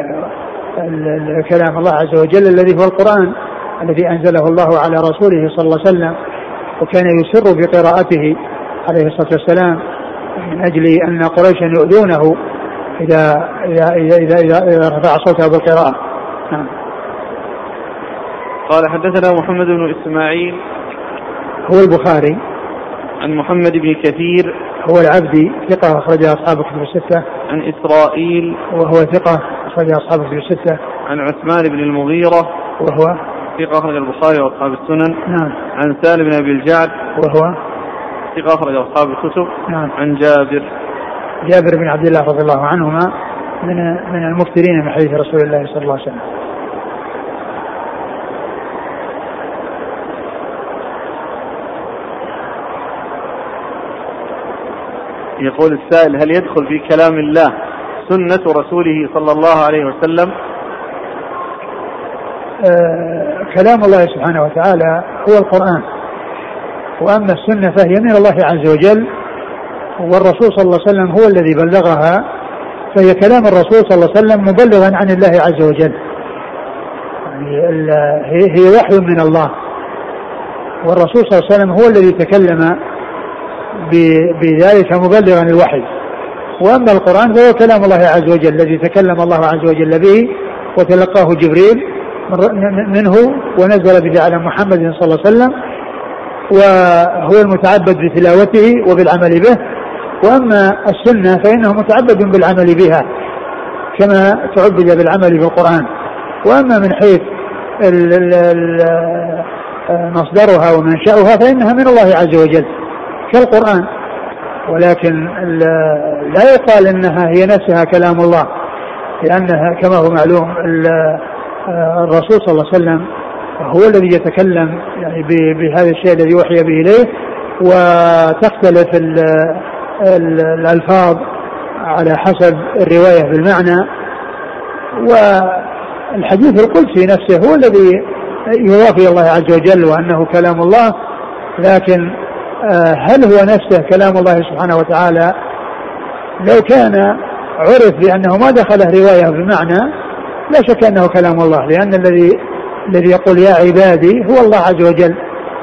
كلام الله عز وجل الذي هو القرآن الذي أنزله الله على رسوله صلى الله عليه وسلم، وكان يسر بقراءته عليه الصلاة والسلام من أجل أن قريشا يؤذونه إذا إذا إذا إذا, إذا, إذا رفع صوته بالقراءة. نعم. قال حدثنا محمد بن إسماعيل هو البخاري عن محمد بن كثير هو العبدي ثقة أخرج أصحاب الكتب الستة. عن إسرائيل وهو ثقة أخرج أصحاب الكتب الستة. عن عثمان بن المغيرة وهو ثقة أخرج البخاري وأصحاب السنن. نعم. عن سالم بن أبي الجعد وهو ثقة أخرج أصحاب الكتب. نعم. عن جابر جابر بن عبد الله رضي الله عنهما من من المكثرين من حديث رسول الله صلى الله عليه وسلم. يقول السائل هل يدخل في كلام الله سنة رسوله صلى الله عليه وسلم؟ آه كلام الله سبحانه وتعالى هو القرآن، وأما السنة فهي من الله عز وجل، والرسول صلى الله عليه وسلم هو الذي بلغها، فهي كلام الرسول صلى الله عليه وسلم مبلغا عن الله عز وجل، يعني هي وحي من الله، والرسول صلى الله عليه وسلم هو الذي تكلم بذلك مبلغا الوحي. وأما القرآن فهو كلام الله عز وجل الذي تكلم الله عز وجل به وتلقاه جبريل منه ونزل به على محمد صلى الله عليه وسلم، وهو المتعبد بتلاوته وبالعمل به. وأما السنة فإنه متعبد بالعمل بها كما تعبد بالعمل بالقرآن. وأما من حيث ال ال ال مصدرها ومنشأها فإنها من الله عز وجل كالقرآن، ولكن لا يقال إنها هي نفسها كلام الله، لأنها كما هو معلوم الرسول صلى الله عليه وسلم هو الذي يتكلم يعني بهذا الشيء الذي وحي به إليه، وتختلف ال ال الألفاظ على حسب الرواية بالمعنى. والحديث القدسي نفسه هو الذي يوافي الله عز وجل وأنه كلام الله، لكن هل هو نفسه كلام الله سبحانه وتعالى؟ لو كان عرف بأنه ما دخله رواية بمعنى لا شك أنه كلام الله، لأن الذي الذي يقول يا عبادي هو الله عز وجل،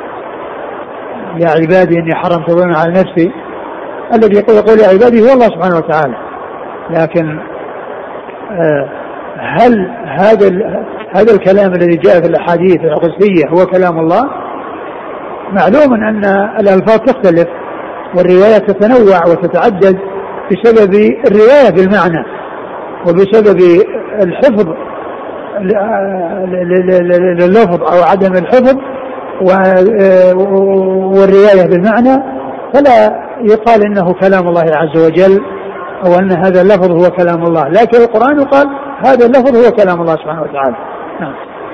يا عبادي إني حرمت ظلما على نفسي، الذي يقول, يقول يا عبادي هو الله سبحانه وتعالى. لكن هل هذا هذا الكلام الذي جاء في الأحاديث القدسية هو كلام الله؟ معلوم أن الألفاظ تختلف والروايات تتنوع وتتعدد بسبب الرواية بالمعنى وبسبب الحفظ لللفظ أو عدم الحفظ والرواية بالمعنى، فلا يقال إنه كلام الله عز وجل أو أن هذا اللفظ هو كلام الله، لكن القرآن يقال هذا اللفظ هو كلام الله سبحانه وتعالى. نعم.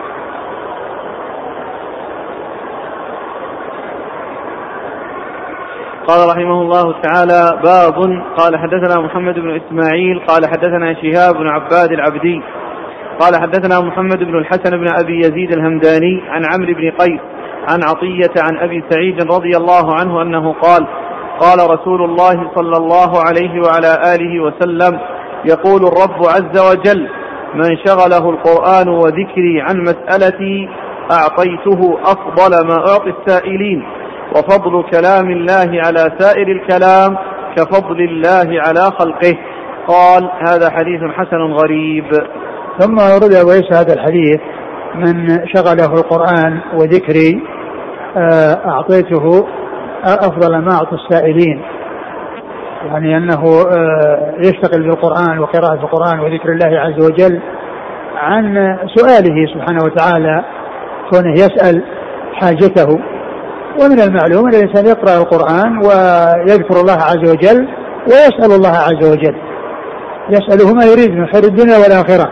قال رحمه الله تعالى: باب. قال حدثنا محمد بن إسماعيل قال حدثنا شهاب بن عباد العبدي قال حدثنا محمد بن الحسن بن أبي يزيد الهمداني عن عمرو بن قيس عن عطية عن أبي سعيد رضي الله عنه أنه قال: قال رسول الله صلى الله عليه وعلى آله وسلم: يقول الرب عز وجل: من شغله القرآن وذكري عن مسألتي أعطيته أفضل ما أعطي السائلين، وفضل كلام الله على سائر الكلام كفضل الله على خلقه. قال: هذا حديث حسن غريب. ثم ورد أبو عيسى هذا الحديث: من شغله القرآن وذكري أعطيته أفضل ما أعطي السائلين، يعني أنه يشتغل بالقرآن وقراءة القرآن وذكر الله عز وجل عن سؤاله سبحانه وتعالى، كونه يسأل حاجته. ومن المعلوم أن الإنسان يقرأ القرآن ويذكر الله عز وجل ويسأل الله عز وجل، يسأله ما يريد من خير الدنيا والآخرة.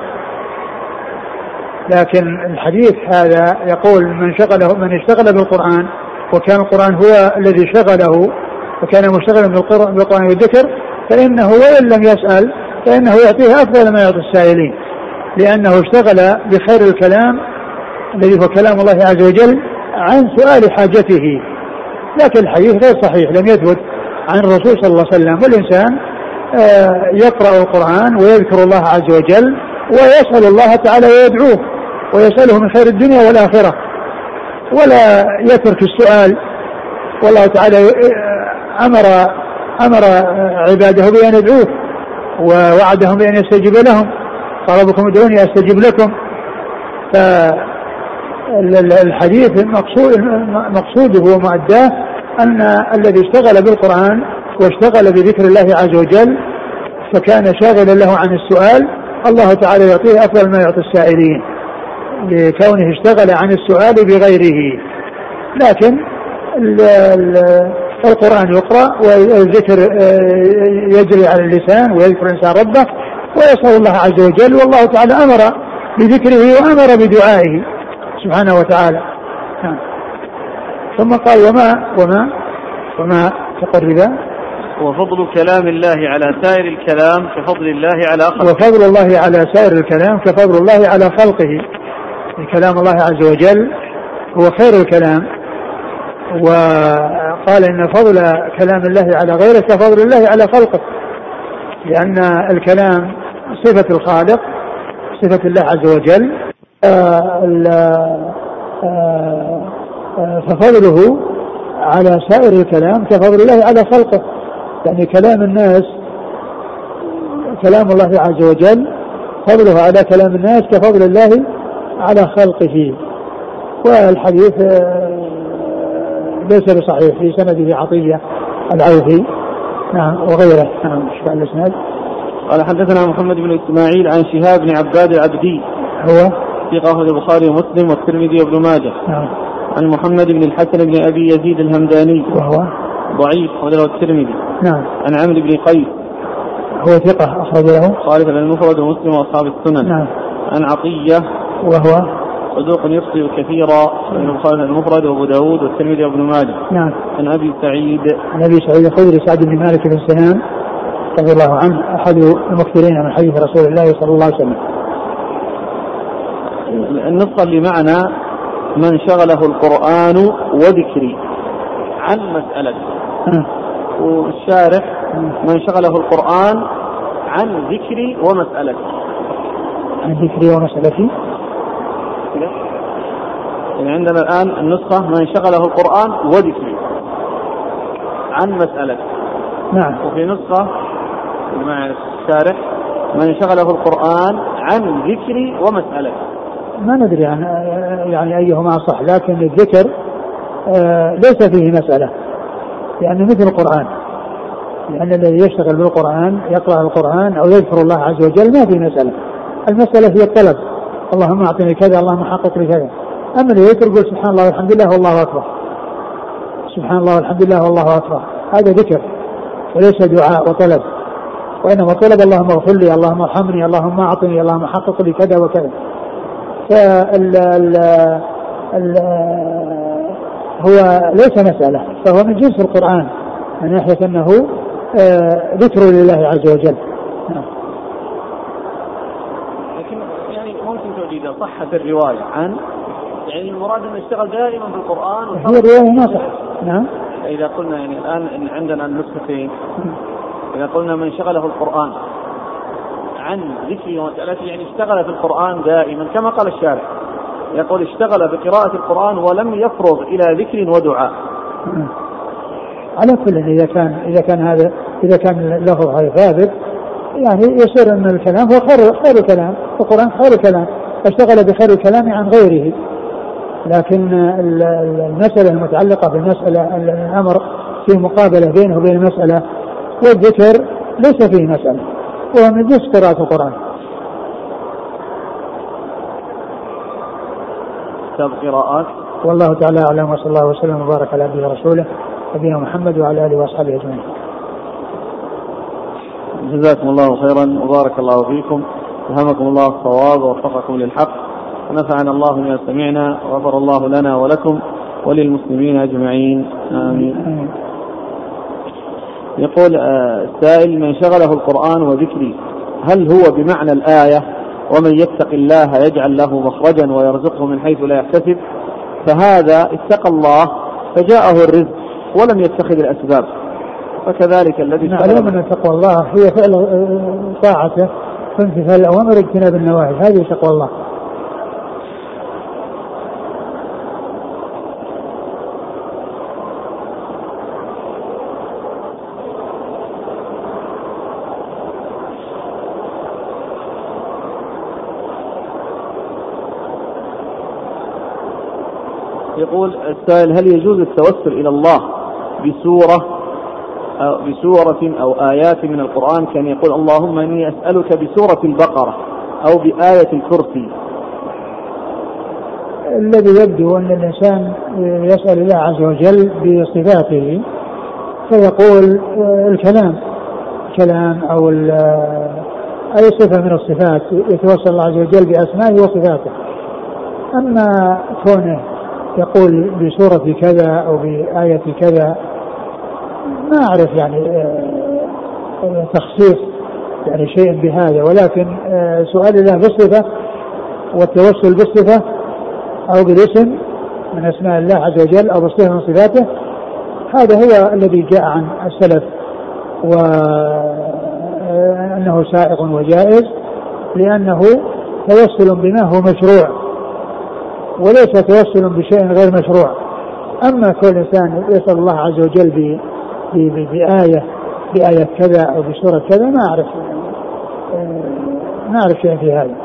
لكن الحديث هذا يقول: من شغله من اشتغل بالقرآن وكان القرآن هو الذي شغله وكان مشتغلا بالقرآن والذكر، فإنه وإن لم يسأل فإنه يعطيه أفضل ما يعطي السائلين، لأنه اشتغل بخير الكلام الذي هو كلام الله عز وجل عن سؤال حاجته. لكن الحديث غير صحيح، لم يثبت عن الرسول صلى الله عليه وسلم. والإنسان يقرأ القرآن ويذكر الله عز وجل ويسأل الله تعالى ويدعوه ويسأله من خير الدنيا والآخرة، ولا يترك السؤال. والله تعالى أمر أمر عباده بأن يدعوه ووعدهم بأن يستجيب لهم، قال ربكم ادعوني أستجيب لكم. فالحديث مقصود مقصوده ومؤداه أن الذي اشتغل بالقرآن واشتغل بذكر الله عز وجل فكان شاغلا له عن السؤال، الله تعالى يعطيه أفضل ما يعطي السائلين لكونه اشتغل عن السؤال بغيره. لكن القرآن يقرأ والذكر يجري على اللسان ويذكر الإنسان ربه ويسأل الله عز وجل، والله تعالى أمر بذكره وأمر بدعائه سبحانه وتعالى. ثم قال: وما وما وما تقربا وفضل كلام الله على سائر الكلام كفضل الله على خلقه. وفضل الله على سائر الكلام كفضل الله على خلقه. كلام الله عز وجل هو خير الكلام، وقال إن فضل كلام الله على غيره كفضل الله على خلقه، لأن الكلام صفة الخالق، صفة الله عز وجل، ففضله على سائر الكلام كفضل الله على خلقه. يعني كلام الناس كلام الله عز وجل فضله على كلام الناس كفضل الله على خلقه. والحديث ليس بصحيح، في سنده عطية العوفي نعم وغيره. نعم. شبه الاسناد. قال حدثنا محمد بن إسماعيل عن شهاب بن عباد العبدي هو في قهوة البخاري ومسلم والترمذي وابن ماجه. نعم. عن محمد بن الحسن بن أبي يزيد الهمداني وهو ضعيف وله الترمذي. نعم. عن عمرو بن قيس هو ثقة أخرج له خالد بن المفرد ومسلم وأصحاب السنن. نعم. عن عطية وهو صدوق يخطئ كثيرا، البخاري المفرد وابو داود والترمذي وابن ماجه. نعم. عن ابي سعيد عن ابي سعيد الخدري سعد بن مالك بن سنان رضي الله عنه احد المكثرين من حديث رسول الله صلى الله عليه وسلم. النسخة اللي معنا من شغله القرآن وذكري عن مسألة، والشارح من شغله القرآن عن ذكري ومسألة. عن ذكري ومسألتي. يعني عندنا الآن النسخة من شغله القرآن وذكري عن مسألة. نعم. وفي نسخة مع الشارح من شغله القرآن عن ذكري ومسألة. ما ندري عن يعني أيهما صح، لكن الذكر آه ليس فيه مسألة، لأنه مثل القرآن، لأن الذي يشتغل بالقرآن يقرأ القرآن أو يذكر الله عز وجل ما فيه مسألة. المسألة هي الطلب، اللهم أعطني كذا، اللهم حقق لي كذا. أما اللي يذكر يقول سبحان الله والحمد لله والله أكبر، سبحان الله والحمد لله والله أكبر، هذا ذكر وليس دعاء وطلب، وإنما طلب اللهم اغفر لي، اللهم ارحمني، اللهم أعطني، اللهم حقق لي كذا وكذا. فال ال ال هو ليس مسألة، فهو من جنس القرآن من ناحية أنه ذكر لله عز وجل. لكن يعني ممكن تجد صحة الرواية عن، يعني المراد أن يشتغل دائما بالقرآن. هي الرواية ما صح. نعم. إذا قلنا يعني الآن إن عندنا النسختين، إذا قلنا من شغله القرآن عن ذكر ومسألته، يعني اشتغل في القرآن دائما كما قال الشارع، يقول اشتغل بقراءة القرآن ولم يفرغ إلى ذكر ودعاء. على كل إذا كان إذا كان هذا إذا كان اللفظ هذا ثابت، يعني يصير أن الكلام هو خير خير الكلام، القرآن خير الكلام، اشتغل بخير الكلام عن غيره. لكن المسألة المتعلقة بالمسألة الأمر في مقابلة بينه وبين المسألة، والذكر ليس فيه مسألة، وهو من جنس قراءة القرآن. كتاب قراءات. والله تعالى أعلم، وصلى الله وسلم وبارك على عبده ورسوله نبينا محمد وعلى آله وأصحابه أجمعين. جزاكم الله خيرا وبارك الله فيكم، ألهمكم الله الصواب ووفقكم للحق، ونفعنا الله بما سمعنا، وغفر الله لنا ولكم وللمسلمين أجمعين، آمين. يقول السائل من شغله القرآن وذكري، هل هو بمعنى الآية ومن يتق الله يجعل له مخرجا ويرزقه من حيث لا يحتسب؟ فهذا اتقى الله فجاءه الرزق ولم يتخذ الأسباب، فكذلك الذي نعلم أن تقوى الله هي فعل طاعته وامتثال الأوامر واجتناب النواهي، هذه تقوى الله. يقول السائل هل يجوز التوسل إلى الله بسورة أو بسورة أو آيات من القرآن، كان يقول اللهم إني أسألك بسورة البقرة أو بآية الكرسي؟ الذي يبدو أن الإنسان يسأل الله عز وجل بصفاته، فيقول الكلام كلام أو أي صفة من الصفات، يتوسل الله عز وجل بأسمائه وصفاته. أما كونه يقول بسورة كذا أو بآية كذا، ما أعرف يعني تخصيص يعني شيء بهذا، ولكن سؤال الله بالصفة والتوسل بالصفة أو بالاسم من أسماء الله عز وجل أو بالصفة من صفاته، هذا هو الذي جاء عن السلف، وأنه سائغ وجائز، لأنه توسل بما هو مشروع وليس توسل بشيء غير مشروع. أما كل إنسان يسأل الله عز وجل بآية بآية كذا أو بسورة كذا، ما أعرف ما أعرف شيء في هذا.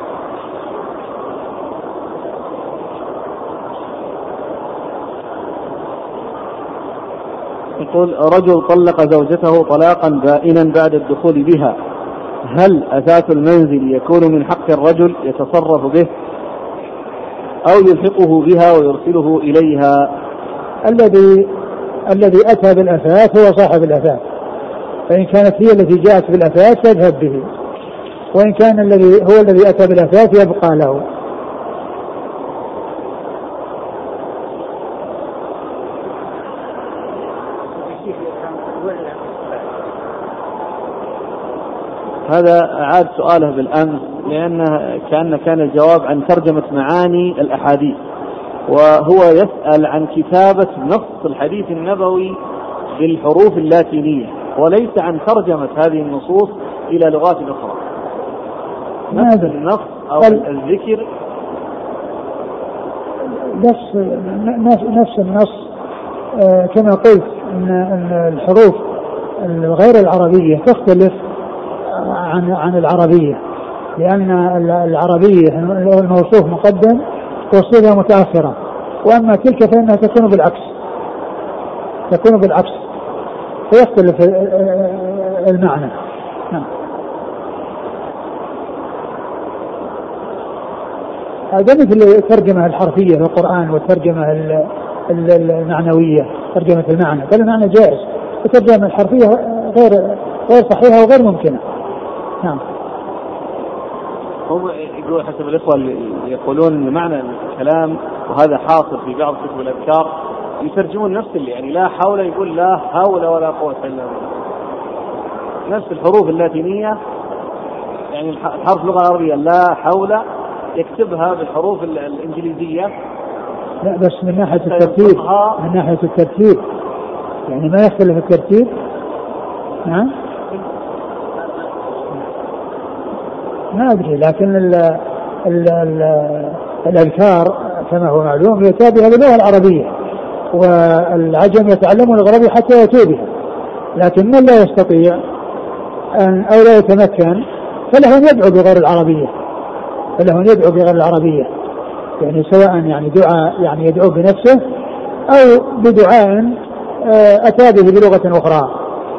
يقول رجل طلق زوجته طلاقا بائنا بعد الدخول بها، هل أثاث المنزل يكون من حق الرجل يتصرف به أو يلحقه بها ويرسله إليها؟ الذي الذي أتى بالأثاث هو صاحب الأثاث، فإن كانت هي التي جاءت بالأثاث تذهب به، وإن كان الذي هو الذي أتى بالأثاث يبقى له. هذا أعاد سؤاله بالأمس لأنه كأن كان الجواب عن ترجمة معاني الأحاديث، وهو يسأل عن كتابة نص الحديث النبوي بالحروف اللاتينية وليس عن ترجمة هذه النصوص إلى لغات أخرى. نفس النص أو الذكر نفس نفس النص آه كما قلت إن, إن الحروف غير العربية تختلف عن عن العربية، لأن العربية الموصوف مقدم والصيغة متأخرة، وأما تلك فإنها تكون بالعكس تكون بالعكس فيختلف المعنى. نعم. هذا مثل الترجمة الحرفية في القرآن والترجمة المعنوية، ترجمة المعنى، بل المعنى جائز، والترجمة الحرفية غير غير صحيحة وغير ممكنة. نعم. هم يقول حسب الإخوة اللي يقولون إن معنى الكلام وهذا حاصل في بعض كتب الأذكار يترجمون نفس اللي يعني لا حول يقول لا حول ولا قوة إلا بالله، نفس الحروف اللاتينية يعني الحرف اللغة العربية لا حول يكتبها بالحروف الإنجليزية. لا بس من ناحية الترتيب من ناحية الترتيب يعني ما يختلف الترتيب. نعم ما أدري، لكن ال ال ال الأذكار كما هو معلوم يتابعها باللغة العربية، والعجم يتعلمون العربية حتى يتوب بها، لكن من لا يستطيع أن أو لا يتمكن فله أن يدعو بغير العربية فله أن يدعو بغير العربية يعني سواء يعني دعاء يعني يدعو بنفسه أو بدعاء أتى به بلغة أخرى.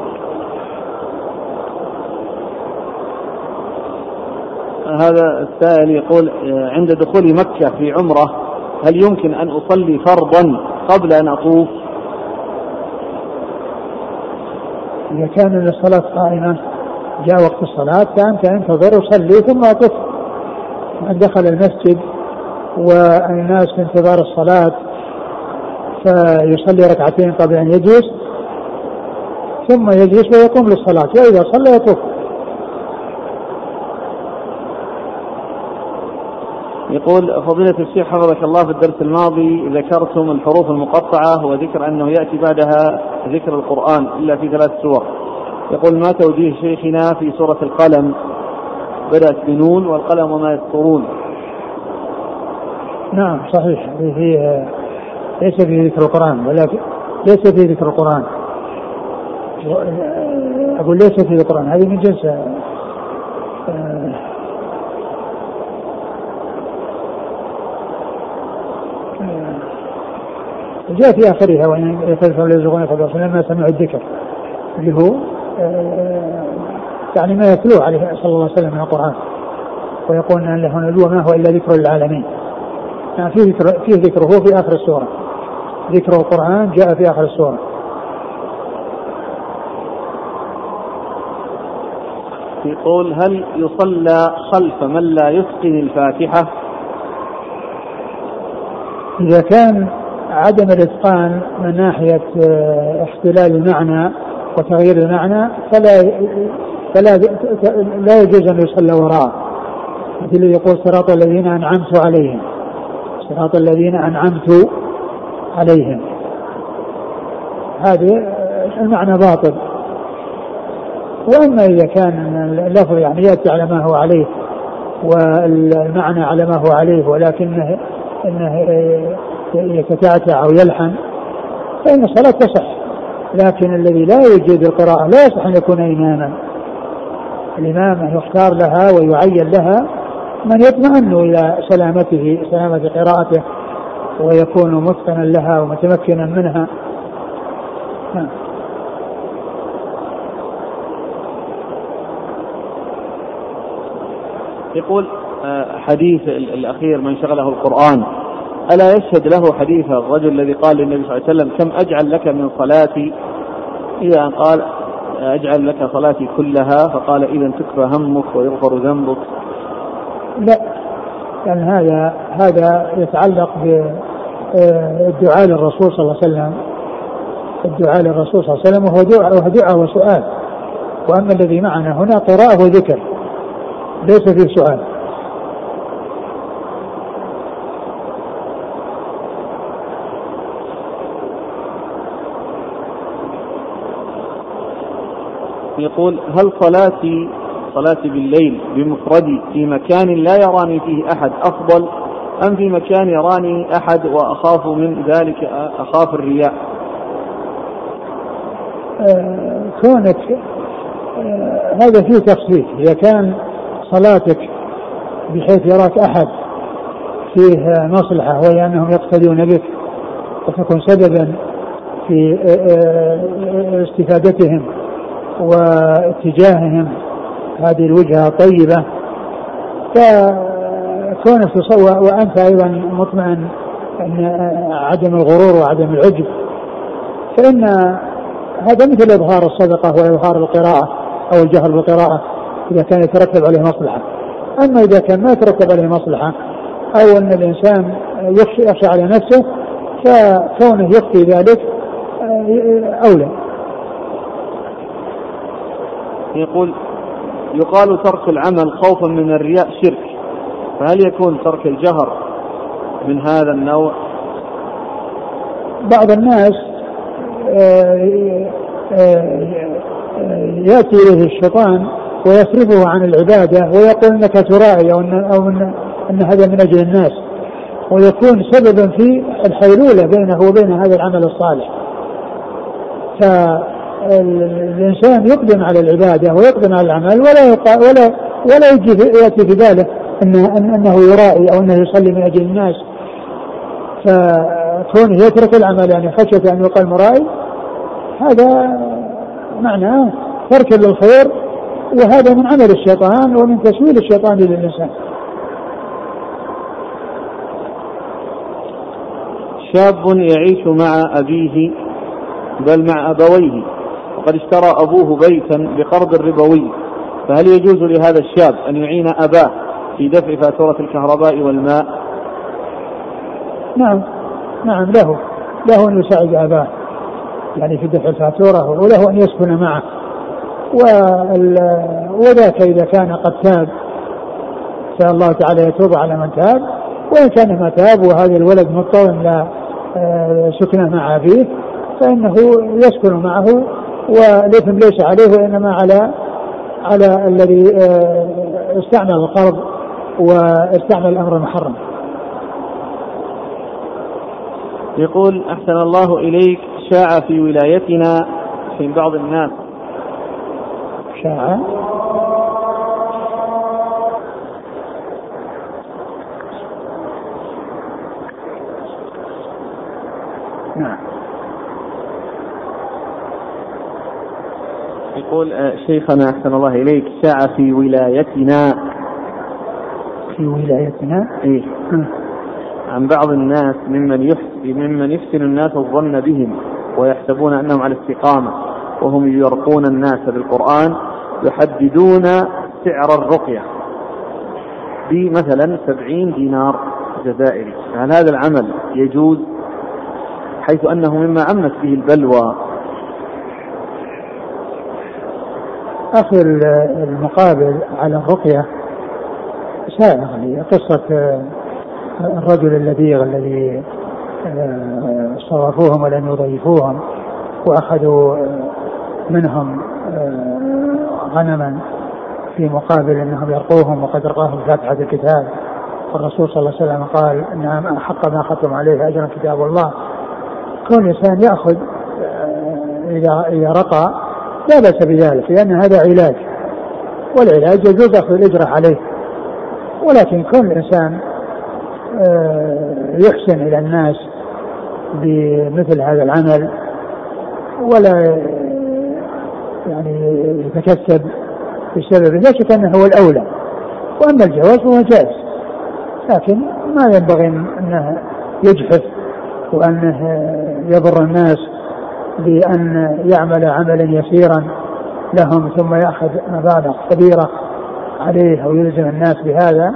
هذا السائل يقول عند دخول مكة في عمرة هل يمكن أن أصلي فرضا قبل أن أطوف؟ إذا كان الصلاة قائمة جاء وقت الصلاة فأنت انتظر وصلي ثم أطوف. من دخل المسجد والناس في انتظار الصلاة فيصلي ركعتين قبل أن يجلس ثم يجلس ويقوم للصلاة، وإذا صلى يطوف. يقول فضيلة الشيخ حفظك الله في الدرس الماضي ذكرتم الحروف المقطعة وذكر أنه يأتي بعدها ذكر القرآن إلا في ثلاث سور. يقول ما توجيه شيخنا في سورة القلم بدأت بنون والقلم وما يسطرون؟ نعم صحيح، فيه ليس فيه ذكر القرآن، ولكن ليس فيه ذكر القرآن، أقول ليس فيه القرآن، هذه من جنس جاء في آخرها وإن يتذكر ليزغون فضل لما سمعوا الذكر اللي هو يعني ما يتلوه عليه صلى الله عليه وسلم من القرآن ويقول أن له نلوه ما هو إلا ذكر للعالمين. يعني فيه, ذكر فيه ذكره في آخر السورة، ذكر القرآن جاء في آخر السورة. يقول هل يصلى خلف من لا يتقن الفاتحة؟ إذا كان عدم الإتقان من ناحية اختلال المعنى وتغيير المعنى فلا فلا لا يجوز أن يصلى وراءه، مثل يقول صراط الذين أنعمت عليهم، صراط الذين أنعمت عليهم، هذا المعنى باطل. وأما إذا كان اللفظ يعني يأتي على ما هو عليه والمعنى على ما هو عليه ولكنه إنه يتتعتع أو يلحن فإن الصلاة تصح، لكن الذي لا يجيد القراءة لا يصح أن يكون إماما. الإمام يختار لها ويعين لها من يطمئن إلى سلامته سلامة قراءته ويكون متقنا لها ومتمكنا منها. يقول حديث الأخير من شغله القرآن ألا يشهد له حديث الرجل الذي قال للنبي صلى الله عليه وسلم كم أجعل لك من صلاتي؟ إذا قال أجعل لك صلاتي كلها فقال إذا تكفى همك ويغفر ذنبك. لا، يعني هذا هذا يتعلق بالدعاء للرسول صلى الله عليه وسلم، الدعاء للرسول صلى الله عليه وسلم وهو دعاء وهو دعاء وسؤال، وأما الذي معنا هنا قراءة وذكر ليس فيه سؤال. يقول هل صلاتي صلاتي بالليل بمفردي في مكان لا يراني فيه أحد أفضل أم في مكان يراني أحد وأخاف من ذلك أخاف الرياء؟ آه كونك آه هذا فيه تفصيل. إذا كان صلاتك بحيث يراك أحد فيه مصلحة وهي أنهم يقتدون بك وتكون سببا في آه استفادتهم واتجاههم هذه الوجهة طيبة، فكونك تصور وأنت أيضا مطمئن أن عدم الغرور وعدم العجب، فإن هذا مثل إظهار الصدقة وإظهار القراءة أو الجهر بالقراءة إذا كان يترتب عليه مصلحة. أما إذا كان ما يترتب عليه مصلحة أو أن الإنسان يخشى, يخشى على نفسه فكونه يخفي ذلك أولى. يقول يقال ترك العمل خوفا من الرياء شرك، فهل يكون ترك الجهر من هذا النوع؟ بعض الناس يأتي إليه الشيطان ويصرفه عن العبادة ويقول أنك تراعي أو أن, أو أن, أن هذا من أجل الناس، ويكون سببا في الحيلولة بينه وبين هذا العمل الصالح. فالإنسان يقدم على العبادة ويقدم على العمل ولا ولا ولا يجي يأتي في باله أنه, أنه يرائي أو أنه يصلي من أجل الناس، فكونه يترك العمل يعني خشية أن يقال مرائي، هذا معناه ترك للخير، وهذا من عمل الشيطان ومن تسويل الشيطان للإنسان. شاب يعيش مع أبيه بل مع أبويه وقد اشترى أبوه بيتا بقرض ربوي، فهل يجوز لهذا الشاب أن يعين أباه في دفع فاتورة الكهرباء والماء؟ نعم نعم له له أن يساعد أباه يعني في دفع الفاتورة، وله أن يسكن معه، وذاك إذا كان قد تاب فالله تعالى يتوب على من تاب، وإن كان ما تاب وهذا الولد مضطر لا سكنه مع أبيه فإنه يسكن معه، والإثم ليس عليه وإنما على على الذي استعمل القرض واستعمل الأمر المحرم. يقول أحسن الله إليك، شاع في ولايتنا في بعض الناس شاع نعم. يقول شيخنا أحسن الله إليك، شاع في ولايتنا في ولايتنا إيه عن بعض الناس ممن يحسن ممن يحسن الناس الظن بهم ويحسبون أنهم على استقامة، وهم يرقون الناس بالقرآن، يحددون سعر الرقية بمثلا سبعين دينار جزائري، هل هذا العمل يجوز حيث أنه مما عمت به البلوى؟ آخر المقابل على الرقية سائغ لي قصة الرجل اللذيغ الذي صرفوهم ولم يضيفوهم وأخذوا منهم غنما في مقابل أنهم يرقوهم وقد رقاهم فاتحة الكتاب، والرسول صلى الله عليه وسلم قال إن حق ما ختم عليه أجر كتاب الله. كون الإنسان يأخذ إذا إذا رقى لا بأس بذلك، لأن هذا علاج، والعلاج يجوز أخذ الإجرة عليه، ولكن كون الإنسان يحسن إلى الناس بمثل هذا العمل ولا يعني يتكسب بسبب لا شك أنه هو الأولى، وأما الجواز هو جائز، لكن ما ينبغي أنه يجحف وأنه يضر الناس بأن يعمل عملا يسيرا لهم ثم يأخذ مبالغ كبيرة عليه أو يلزم الناس بهذا.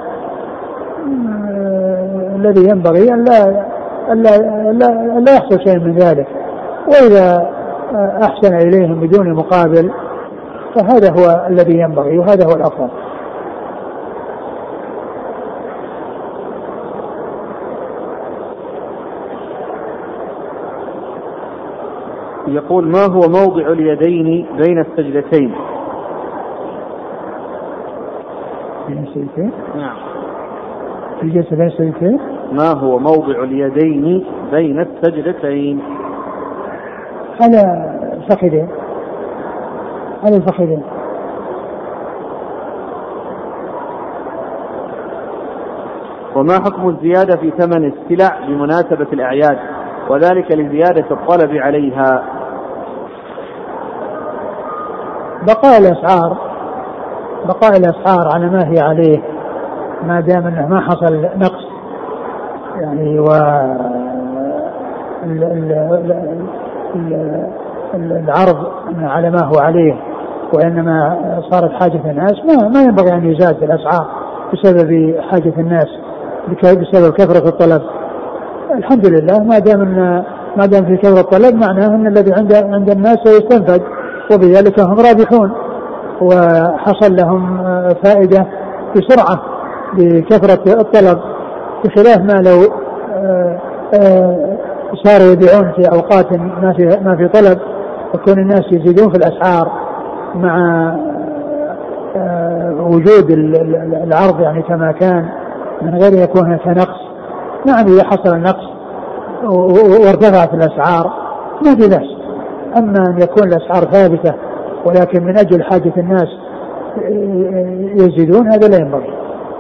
الذي ينبغي أن لا, لا, لا, لا يحصل شيء من ذلك، وإذا أحسن إليهم بدون مقابل فهذا هو الذي ينبغي وهذا هو الأفضل. يقول ما هو موضع اليدين بين السجدتين؟ بين السجدتين؟ نعم. في الجلسة بين السجدتين؟ ما هو موضع اليدين بين السجدتين؟ على الفخذين، على الفخذين. وما حكم الزيادة في ثمن السلع بمناسبة الأعياد وذلك لزيادة الطلب عليها؟ بقاء الأسعار بقاء الأسعار على ما هي عليه ما دام أنه ما حصل نقص يعني، و العرض على ما هو عليه، وإنما صارت حاجة الناس ما ما ينبغي أن يزاد الأسعار بسبب حاجة الناس بسبب كثرة الطلب. الحمد لله ما دام ما دام في كثرة الطلب معناه أن الذي عند عند الناس يستنفد، وبذلك هم رابحون وحصل لهم فائدة بسرعة بكثرة الطلب، بخلاف ما لو صاروا يبيعون في أوقات ما في ما في طلب وكون الناس يزيدون في الأسعار مع وجود العرض يعني كما كان من غير يكون هناك نقص. نعم إذا حصل النقص وارتفعت الأسعار ما في بأس، أما أن يكون الأسعار ثابتة ولكن من أجل حاجة الناس يزيدون هذا لا ينبغي.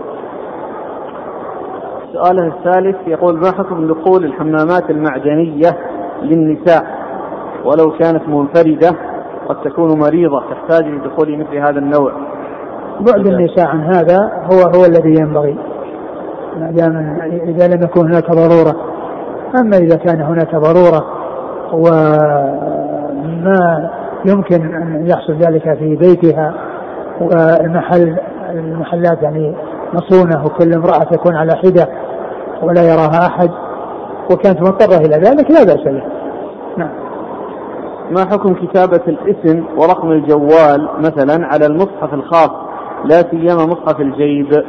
سؤاله الثالث يقول ما حكم دخول الحمامات المعدنية للنساء ولو كانت منفردة قد تكون مريضة تحتاج لدخول مثل هذا النوع؟ بعد النساء عن هذا هو هو الذي ينبغي ما دام إذا لم يكن هناك ضرورة. أما إذا كان هناك ضرورة وما يمكن أن يحصل ذلك في بيتها والمحل المحلات يعني مصونة وكل امرأة تكون على حدة ولا يراها أحد وكانت مضطرة إلى ذلك لا بأس له. نعم. ما حكم كتابة الاسم ورقم الجوال مثلا على المصحف الخاص لا سيما مصحف الجيب؟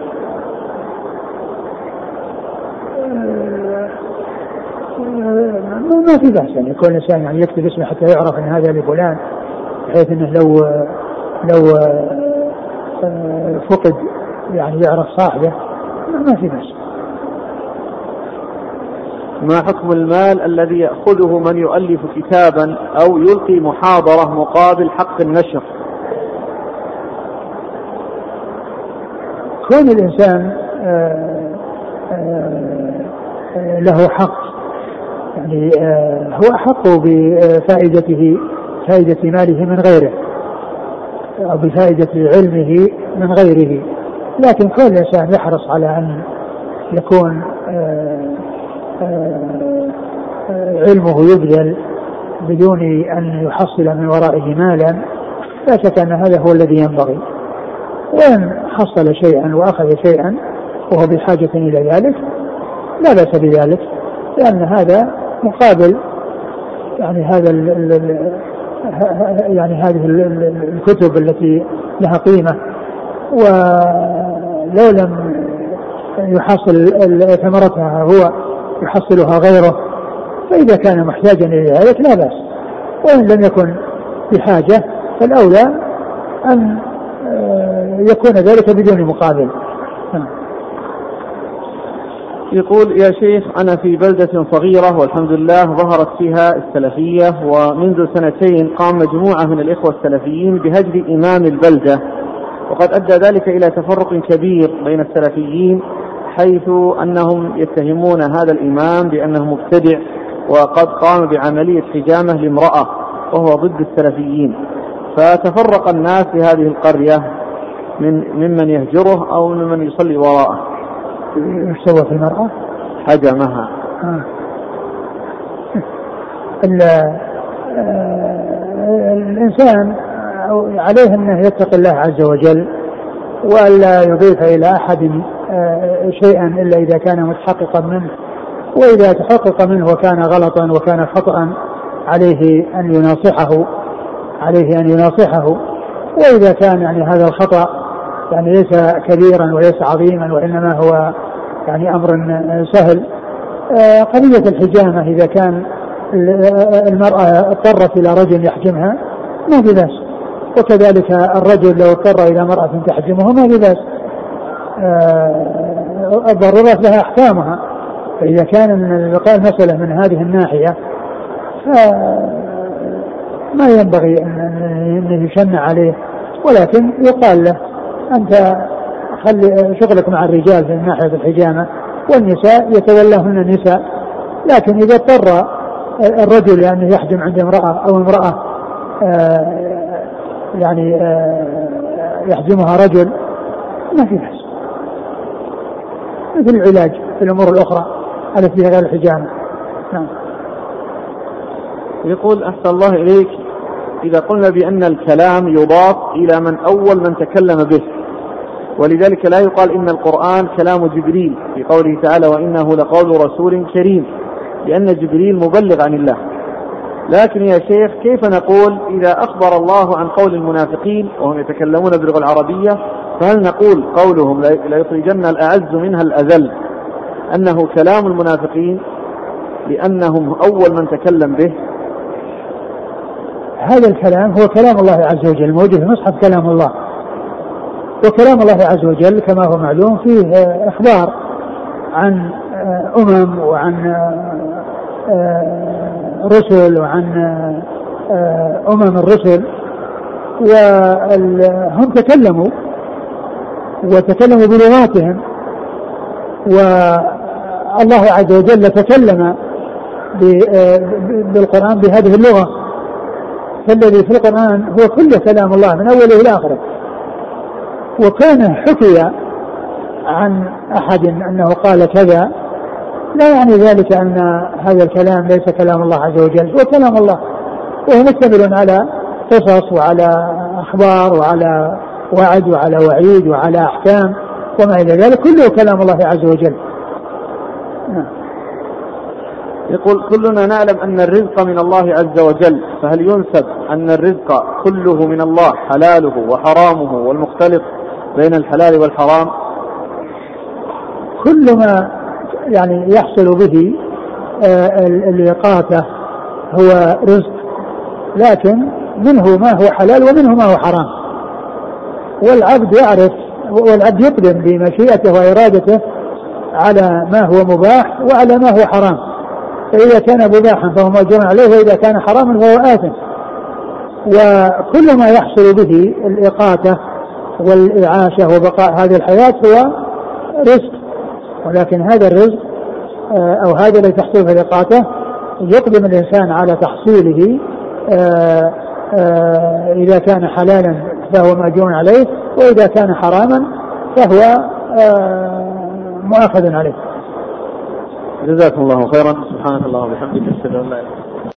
ما في بأس يعني يكون الإنسان يعني يكتب اسمه حتى يعرف أن هذا لفلان، بحيث أنه لو لو فقد يعني يعرف صاحبه ما في بأس. ما حكم المال الذي يأخذه من يؤلف كتابا أو يلقي محاضرة مقابل حق النشر؟ كون الإنسان آآ آآ له حق يعني هو أحق بفائدته فائدة ماله من غيره أو بفائدة علمه من غيره، لكن كل إنسان يحرص على أن يكون آآ آآ علمه يبذل بدون أن يحصل من ورائه مالا، لا شك أن هذا هو الذي ينبغي. وإن حصل شيئا وأخذ شيئا وهو بحاجة إلى ذلك لا بأس بذلك، لأن هذا مقابل يعني هذا ال ال يعني هذه الكتب التي لها قيمة، ولو لم يحصل ثمرتها هو يحصلها غيره، فإذا كان محتاجا إلى ذلك لا بأس، وإن لم يكن بحاجة فالأولى أن يكون ذلك بدون مقابل. يقول يا شيخ أنا في بلدة صغيرة والحمد لله ظهرت فيها السلفية، ومنذ سنتين قام مجموعة من الإخوة السلفيين بهجر إمام البلدة، وقد أدى ذلك إلى تفرق كبير بين السلفيين، حيث أنهم يتهمون هذا الإمام بأنه مبتدع وقد قام بعملية حجامة لامرأة وهو ضد السلفيين، فتفرق الناس في هذه القرية من ممن يهجره أو ممن يصلي وراءه. ايش سوى في المرأة؟ حجمها. آه. الإنسان عليه أنه يتقي الله عز وجل وألا يضيف إلى أحد شيئا إلا إذا كان متحققا منه، وإذا تحقق منه وكان غلطا وكان خطأ عليه أن يناصحه عليه أن يناصحه وإذا كان يعني هذا الخطأ يعني ليس كبيرا وليس عظيما وإنما هو يعني أمر سهل، قضية الحجامة إذا كان المرأة اضطرت إلى رجل يحجمها ما في بأس، وكذلك الرجل لو اضطر إلى مرأة تحجمه ما في بأس، الضرورات لها أحكامها. فإذا كان المسألة من هذه الناحية فما ينبغي أن يشنع عليه، ولكن يقال له أنت خلي شغلك مع الرجال في ناحية الحجامة والنساء يتولاهن النساء، لكن إذا اضطر الرجل يعني يحجم عند امرأة أو امرأة يعني يحجمها رجل ما في بأس، مثل العلاج في الأمور الأخرى التي فيها غير الحجامة. نعم. يقول أحسن الله إليك، إذا قلنا بأن الكلام يضاف إلى من أول من تكلم به، ولذلك لا يقال إن القرآن كلام جبريل في قوله تعالى وإنه لقول رسول كريم، لأن جبريل مبلغ عن الله. لكن يا شيخ كيف نقول إذا أخبر الله عن قول المنافقين وهم يتكلمون باللغة العربية، فهل نقول قولهم لا يخرجن الأعز منها الأذل أنه كلام المنافقين لأنهم أول من تكلم به؟ هذا الكلام هو كلام الله عز وجل موجود في مصحف كلام الله، وكلام الله عز وجل كما هو معلوم فيه إخبار عن أمم وعن رسل وعن أمم الرسل، وهم تكلموا وتكلموا بلغاتهم، والله عز وجل تكلم بالقرآن بهذه اللغة، فالذي في القرآن هو كل كلام الله من أوله إلى آخره. وكان حكي عن أحد أنه قال كذا لا يعني ذلك أن هذا الكلام ليس كلام الله عز وجل، هو كلام الله، وهو مشتمل على قصص وعلى أخبار وعلى وعد وعلى وعيد وعلى أحكام وما إلى ذلك، كله كلام الله عز وجل. يقول كلنا نعلم أن الرزق من الله عز وجل، فهل ينسب أن الرزق كله من الله حلاله وحرامه والمختلط بين الحلال والحرام؟ كل ما يعني يحصل به الإقامة هو رزق، لكن منه ما هو حلال ومنه ما هو حرام، والعبد يعرف والعبد يقدم بمشيئته وإرادته على ما هو مباح وعلى ما هو حرام، فإذا كان مباحا فهو مأجور عليه، وإذا كان حراما فهو آثم. وكل ما يحصل به الإقامة والإعاشة وبقاء هذه الحياة هو رزق، ولكن هذا الرزق أو هذا الذي تحصل في الإقامة يقدم الإنسان على تحصيله إذا كان حلالا فهو مأجور عليه، وإذا كان حراما فهو مؤاخذ عليه. جزاكم الله خيرا. سبحانك اللهم وبحمدك، أشهد أن لا إله إلا أنت.